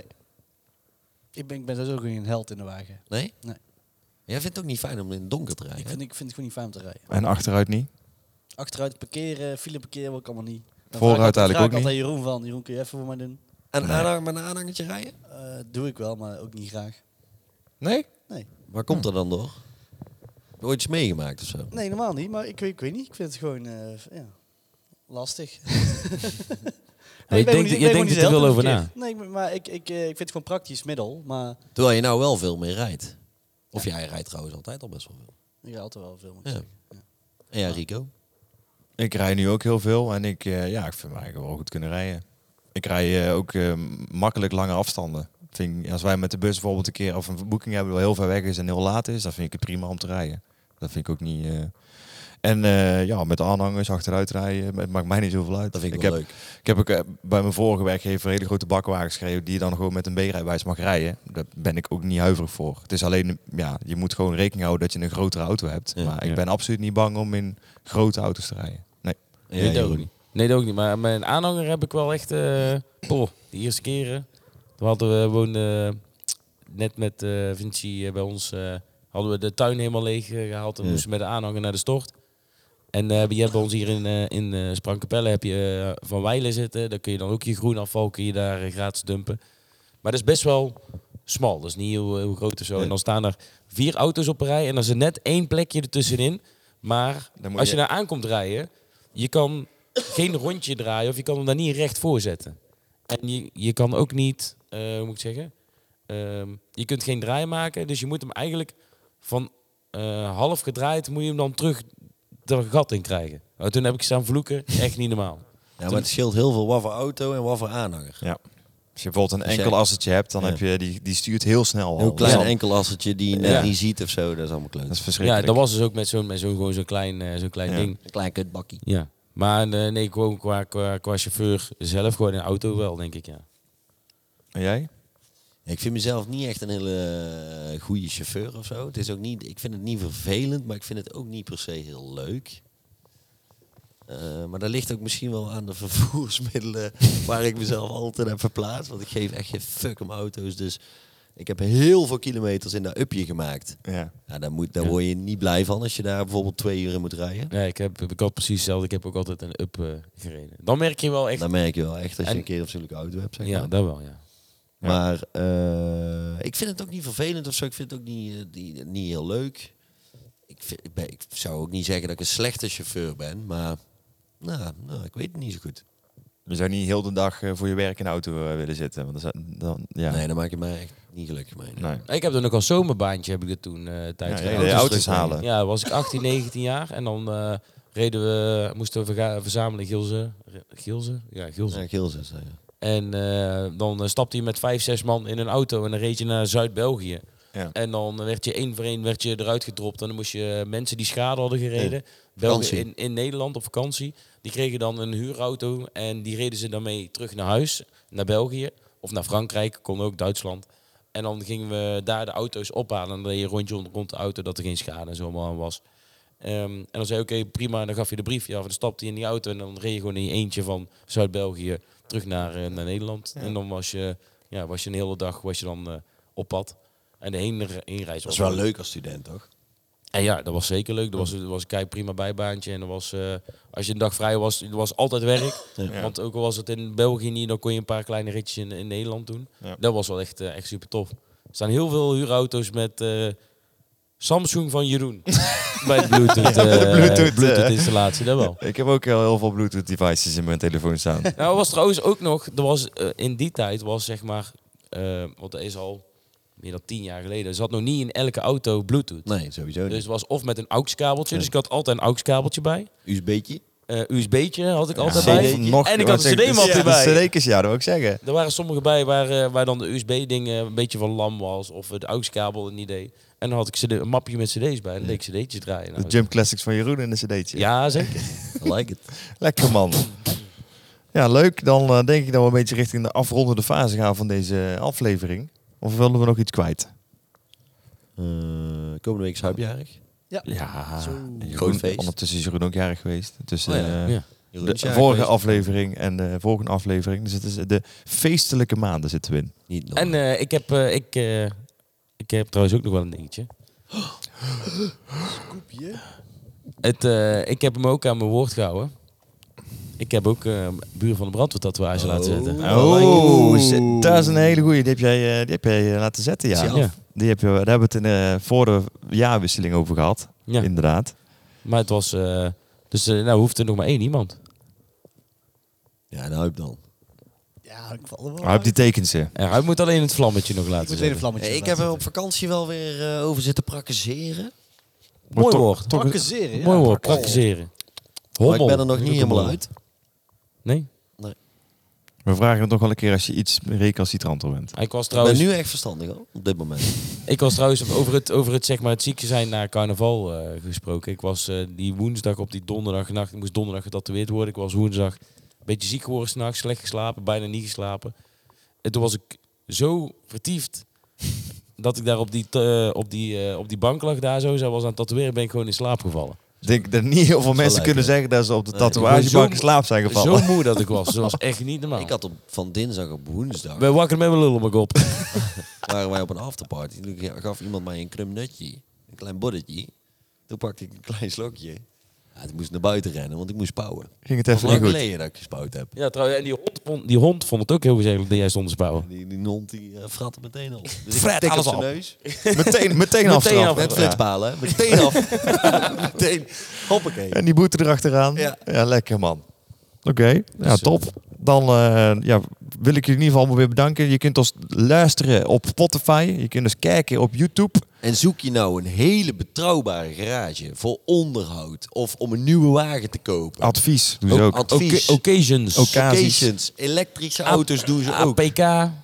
Ik ben sowieso geen held in de wagen. Nee? Nee. Jij vindt het ook niet fijn om in het donker te rijden? Ik vind het gewoon niet fijn om te rijden. En achteruit niet. Achteruit parkeren, file parkeren wil ik allemaal niet. Dan Vooruit vraag eigenlijk ik ook altijd Jeroen van. Jeroen, kun je even voor mij doen? En met een aanhangertje rijden? Doe ik wel, maar ook niet graag. Nee? Nee. Waar komt dat dan door? Heb je ooit iets meegemaakt of zo? Nee, normaal niet. Maar ik weet niet. Ik vind het gewoon lastig. Je denkt er te veel over na. Nee, maar ik vind het gewoon praktisch middel. Maar Terwijl je nou wel veel meer rijdt. Of jij rijdt trouwens altijd al best wel veel. ik ga altijd wel veel moet ik Ja. zeggen. Ja. En ja, Rico? Ik rij nu ook heel veel en ik vind me eigenlijk wel goed kunnen rijden. Ik rij ook makkelijk lange afstanden. Als wij met de bus bijvoorbeeld een keer of een boeking hebben die wel heel ver weg is en heel laat is, dan vind ik het prima om te rijden. Dat vind ik ook niet... En met aanhangers achteruit rijden, het maakt mij niet zoveel uit. Dat vind ik wel leuk. Ik heb ook bij mijn vorige werkgever hele grote bakwagens gereden die je dan gewoon met een B-rijbewijs mag rijden. Daar ben ik ook niet huiverig voor. Het is alleen, je moet gewoon rekening houden dat je een grotere auto hebt. Ja. Maar ik ben absoluut niet bang om in grote auto's te rijden. Nee. En Nee, jij, dat ook Jeroen? niet. Nee, dat ook niet. Maar mijn aanhanger heb ik wel echt... de eerste keren. Toen hadden we gewoon net met Vinci bij ons... hadden we de tuin helemaal leeg gehaald. En Ja. moesten met de aanhanger naar de stort. En je hebt bij ons hier in Sprangkapelle heb je Van Wijlen zitten. Daar kun je dan ook je groenafval kun je daar gratis dumpen. Maar dat is best wel smal. Dat is niet heel groot of zo. Nee. En dan staan er 4 auto's op een rij. En dan is er net 1 plekje ertussenin. Maar Dan moet als je je- daar aankomt rijden... Je kan geen rondje draaien of je kan hem daar niet recht voor zetten. En je kan ook niet, hoe moet ik zeggen? Je kunt geen draai maken. Dus je moet hem eigenlijk van half gedraaid... moet je hem dan terug er gat in krijgen. Nou, toen heb ik staan vloeken. Echt niet normaal. Ja, maar het scheelt heel veel wat voor auto en wat voor aanhanger. Ja. Als je bijvoorbeeld een Als jij- enkel assetje hebt, dan Ja. heb je die stuurt heel snel al. Een heel klein Dus enkelassertje die je net Ja. niet ziet of zo, dat is allemaal klein. dat is Ja, verschrikkelijk. dat was dus ook met zo'n klein Ja. ding. Een klein kutbakkie. Ja. Maar nee, gewoon qua chauffeur zelf, gewoon in de auto wel, denk ik, ja. En jij? Ik vind mezelf niet echt een hele goede chauffeur of zo. Het is ook niet, ik vind het niet vervelend, maar ik vind het ook niet per se heel leuk. Maar dat ligt ook misschien wel aan de vervoersmiddelen waar ik mezelf altijd heb verplaatst. Want ik geef echt geen fuck om auto's. Dus ik heb heel veel kilometers in dat upje gemaakt. Ja. Ja, daar Ja. word je niet blij van als je daar bijvoorbeeld 2 uur in moet rijden. Nee, ik had precies hetzelfde. Ik heb ook altijd een up gereden. Dan merk je wel echt... Dan merk je wel echt als je En- een keer een zulke auto hebt. Zeg Ja, maar. dat wel, ja. Maar ik vind het ook niet vervelend of zo. Ik vind het ook niet heel leuk. Ik zou ook niet zeggen dat ik een slechte chauffeur ben, maar nou, ik weet het niet zo goed. Je zou niet heel de dag voor je werk in de auto willen zitten. Want dan Nee, dan maak je mij echt niet gelukkig mee. Nee. Ik heb dan ook als zomerbaantje, heb ik dat toen tijdens Ja, de de auto's auto's terug- halen. Ja, was ik 18, 19 jaar. En dan moesten we verzamelen Gilze. Ja, Gilze. Ja, Gilles is, ja. En dan stapte je met 5, 6 man in een auto en dan reed je naar Zuid-België. Ja. En dan werd je één voor één eruit gedropt. En dan moest je mensen die schade hadden gereden, vakantie. in Nederland op vakantie, die kregen dan een huurauto en die reden ze dan mee terug naar huis, naar België. Of naar Frankrijk, kon ook Duitsland. En dan gingen we daar de auto's ophalen. En dan deed je een rondje rond de auto dat er geen schade en zo allemaal aan was. En dan zei je, oké, prima, dan gaf je de briefje af. En dan stapte je in die auto en dan reed je gewoon in je eentje van Zuid-België terug naar Nederland. Ja. En dan was je een hele dag op pad. En de heenreis Dat is wel leuk als student, toch? En ja, dat was zeker leuk. Dat was een kei prima bijbaantje. En als je een dag vrij was, er was altijd werk. Ja. Want ook al was het in België niet, dan kon je een paar kleine ritjes in Nederland doen. Ja. Dat was wel echt super tof. Er staan heel veel huurauto's met Samsung van Jeroen. Bij de Bluetooth installatie, dat wel. Ik heb ook heel veel Bluetooth devices in mijn telefoon staan. Nou, was trouwens ook nog, in die tijd was zeg maar, want dat is al meer dan 10 jaar geleden, er zat nog niet in elke auto Bluetooth. Nee, sowieso Dus niet. het was of met een AUX-kabeltje, dus ik had altijd een AUX-kabeltje bij. USB'tje? USB'tje had ik altijd Ja. bij. CD. En ik had een CD-map Ja, erbij. de CD'tjes, ja, dat wil ik zeggen. Er waren sommige bij waar dan de USB-ding een beetje van lam was. Of de AUX-kabel een idee. En dan had ik een mapje met cd's bij. En dan deed ik cd'tjes draaien. De Nou, Jump Classics van Jeroen in de CD'tje. ja, zeker. I like it. Lekker man. Ja, leuk. Dan denk ik dat we een beetje richting de afrondende fase gaan van deze aflevering. Of willen we nog iets kwijt? Komende week is Huipjarig. Ja. Groot feest. Ondertussen is Jeroen ook jarig geweest. Dus, Oh ja. Ja. Jeroen de is jarig vorige geweest. aflevering en de volgende aflevering. Dus het is de feestelijke maanden zitten we in. Niet nog. En ik heb trouwens ook nog wel een dingetje. Ik heb hem ook aan mijn woord gehouden. Ik heb ook buren van de brandweer tatoeage laten zetten. Oh, dat is een hele goeie. Die heb jij laten zetten, ja. Zelf. Ja. Daar hebben we het voor de jaarwisseling over gehad. Ja. Inderdaad. Maar het was... nou hoeft er nog maar 1 iemand. Ja, en Huip dan. Ja, ik val er wel Maar heb die tekens, hè? Hij moet alleen het vlammetje nog Ik laten moet weer een zetten. vlammetje Hey, ik heb er op vakantie wel weer over zitten prakkezzeren. Mooi toch- woord. Prakkezeren, ja. Mooi woord, praktiseren. Maar ik ben er nog niet helemaal uit. Nee? We vragen het toch wel een keer als je iets recalcitranter bent. Ik was Ik ben trouwens, nu echt verstandig hoor, op dit moment. over het, zeg maar, het ziek zijn na carnaval gesproken. Ik was die woensdag op die donderdagnacht. Ik moest donderdag getatoeëerd worden. Ik was woensdag een beetje ziek geworden s'nachts. Slecht geslapen, bijna niet geslapen. En toen was ik zo vertiefd dat ik daar op die bank lag daar zo. Zij was aan het tatoeëren, ben ik gewoon in slaap gevallen. Ik denk dat niet heel veel mensen lekker. kunnen zeggen dat ze op de Nee, tatoeagebank in zo- slaap zijn gevallen. Zo moe dat ik was. Dat was echt niet normaal. Ik had van dinsdag op woensdag, ben wakker met mijn lul op mijn kop. waren wij op een afterparty. Toen gaf iemand mij een krum nutje, een klein boddetje. Toen pakte ik een klein slokje. Ja, ik moest naar buiten rennen, want ik moest spouwen. Ging het Het even was niet lang goed. geleden dat ik gespouwd heb. Ja, trouwens, en die hond vond het ook heel gezellig dat jij stond te spouwen. Die hond die fratte meteen op. Dus Fret ik tik op alles zijn op. neus. Meteen afstraffen. af. Met Ja. flitspalen, hè. Meteen af. Meteen. Hoppakee. En die boete erachteraan. Ja. Ja, lekker man. Oké, ja, top. Dan wil ik je in ieder geval weer bedanken. Je kunt ons luisteren op Spotify. Je kunt ons kijken op YouTube. En zoek je nou een hele betrouwbare garage voor onderhoud of om een nieuwe wagen te kopen. Advies doen ze ook. Advies. Occasions. Occasions. Elektrische auto's doen ze ook. APK.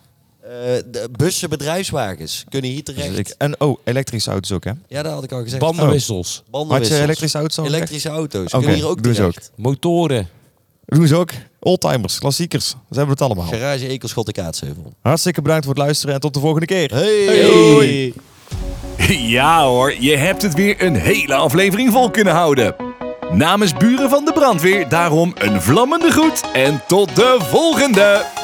De bussen, bedrijfswagens kunnen hier terecht. En elektrische auto's ook, hè? Ja, dat had ik al gezegd. Bandenwissels. Had Bandenwissels. je elektrische auto's al gezegd? Elektrische auto's. Oké, Kunnen hier ook doen ze terecht. Motoren. Doen ze ook. Oldtimers, klassiekers. Ze hebben het allemaal. Garage Ekelschot de Kaatsheuvel. Hartstikke bedankt voor het luisteren en tot de volgende keer. Hey! Ja hoor, je hebt het weer een hele aflevering vol kunnen houden. Namens Buren van de Brandweer daarom een vlammende groet en tot de volgende!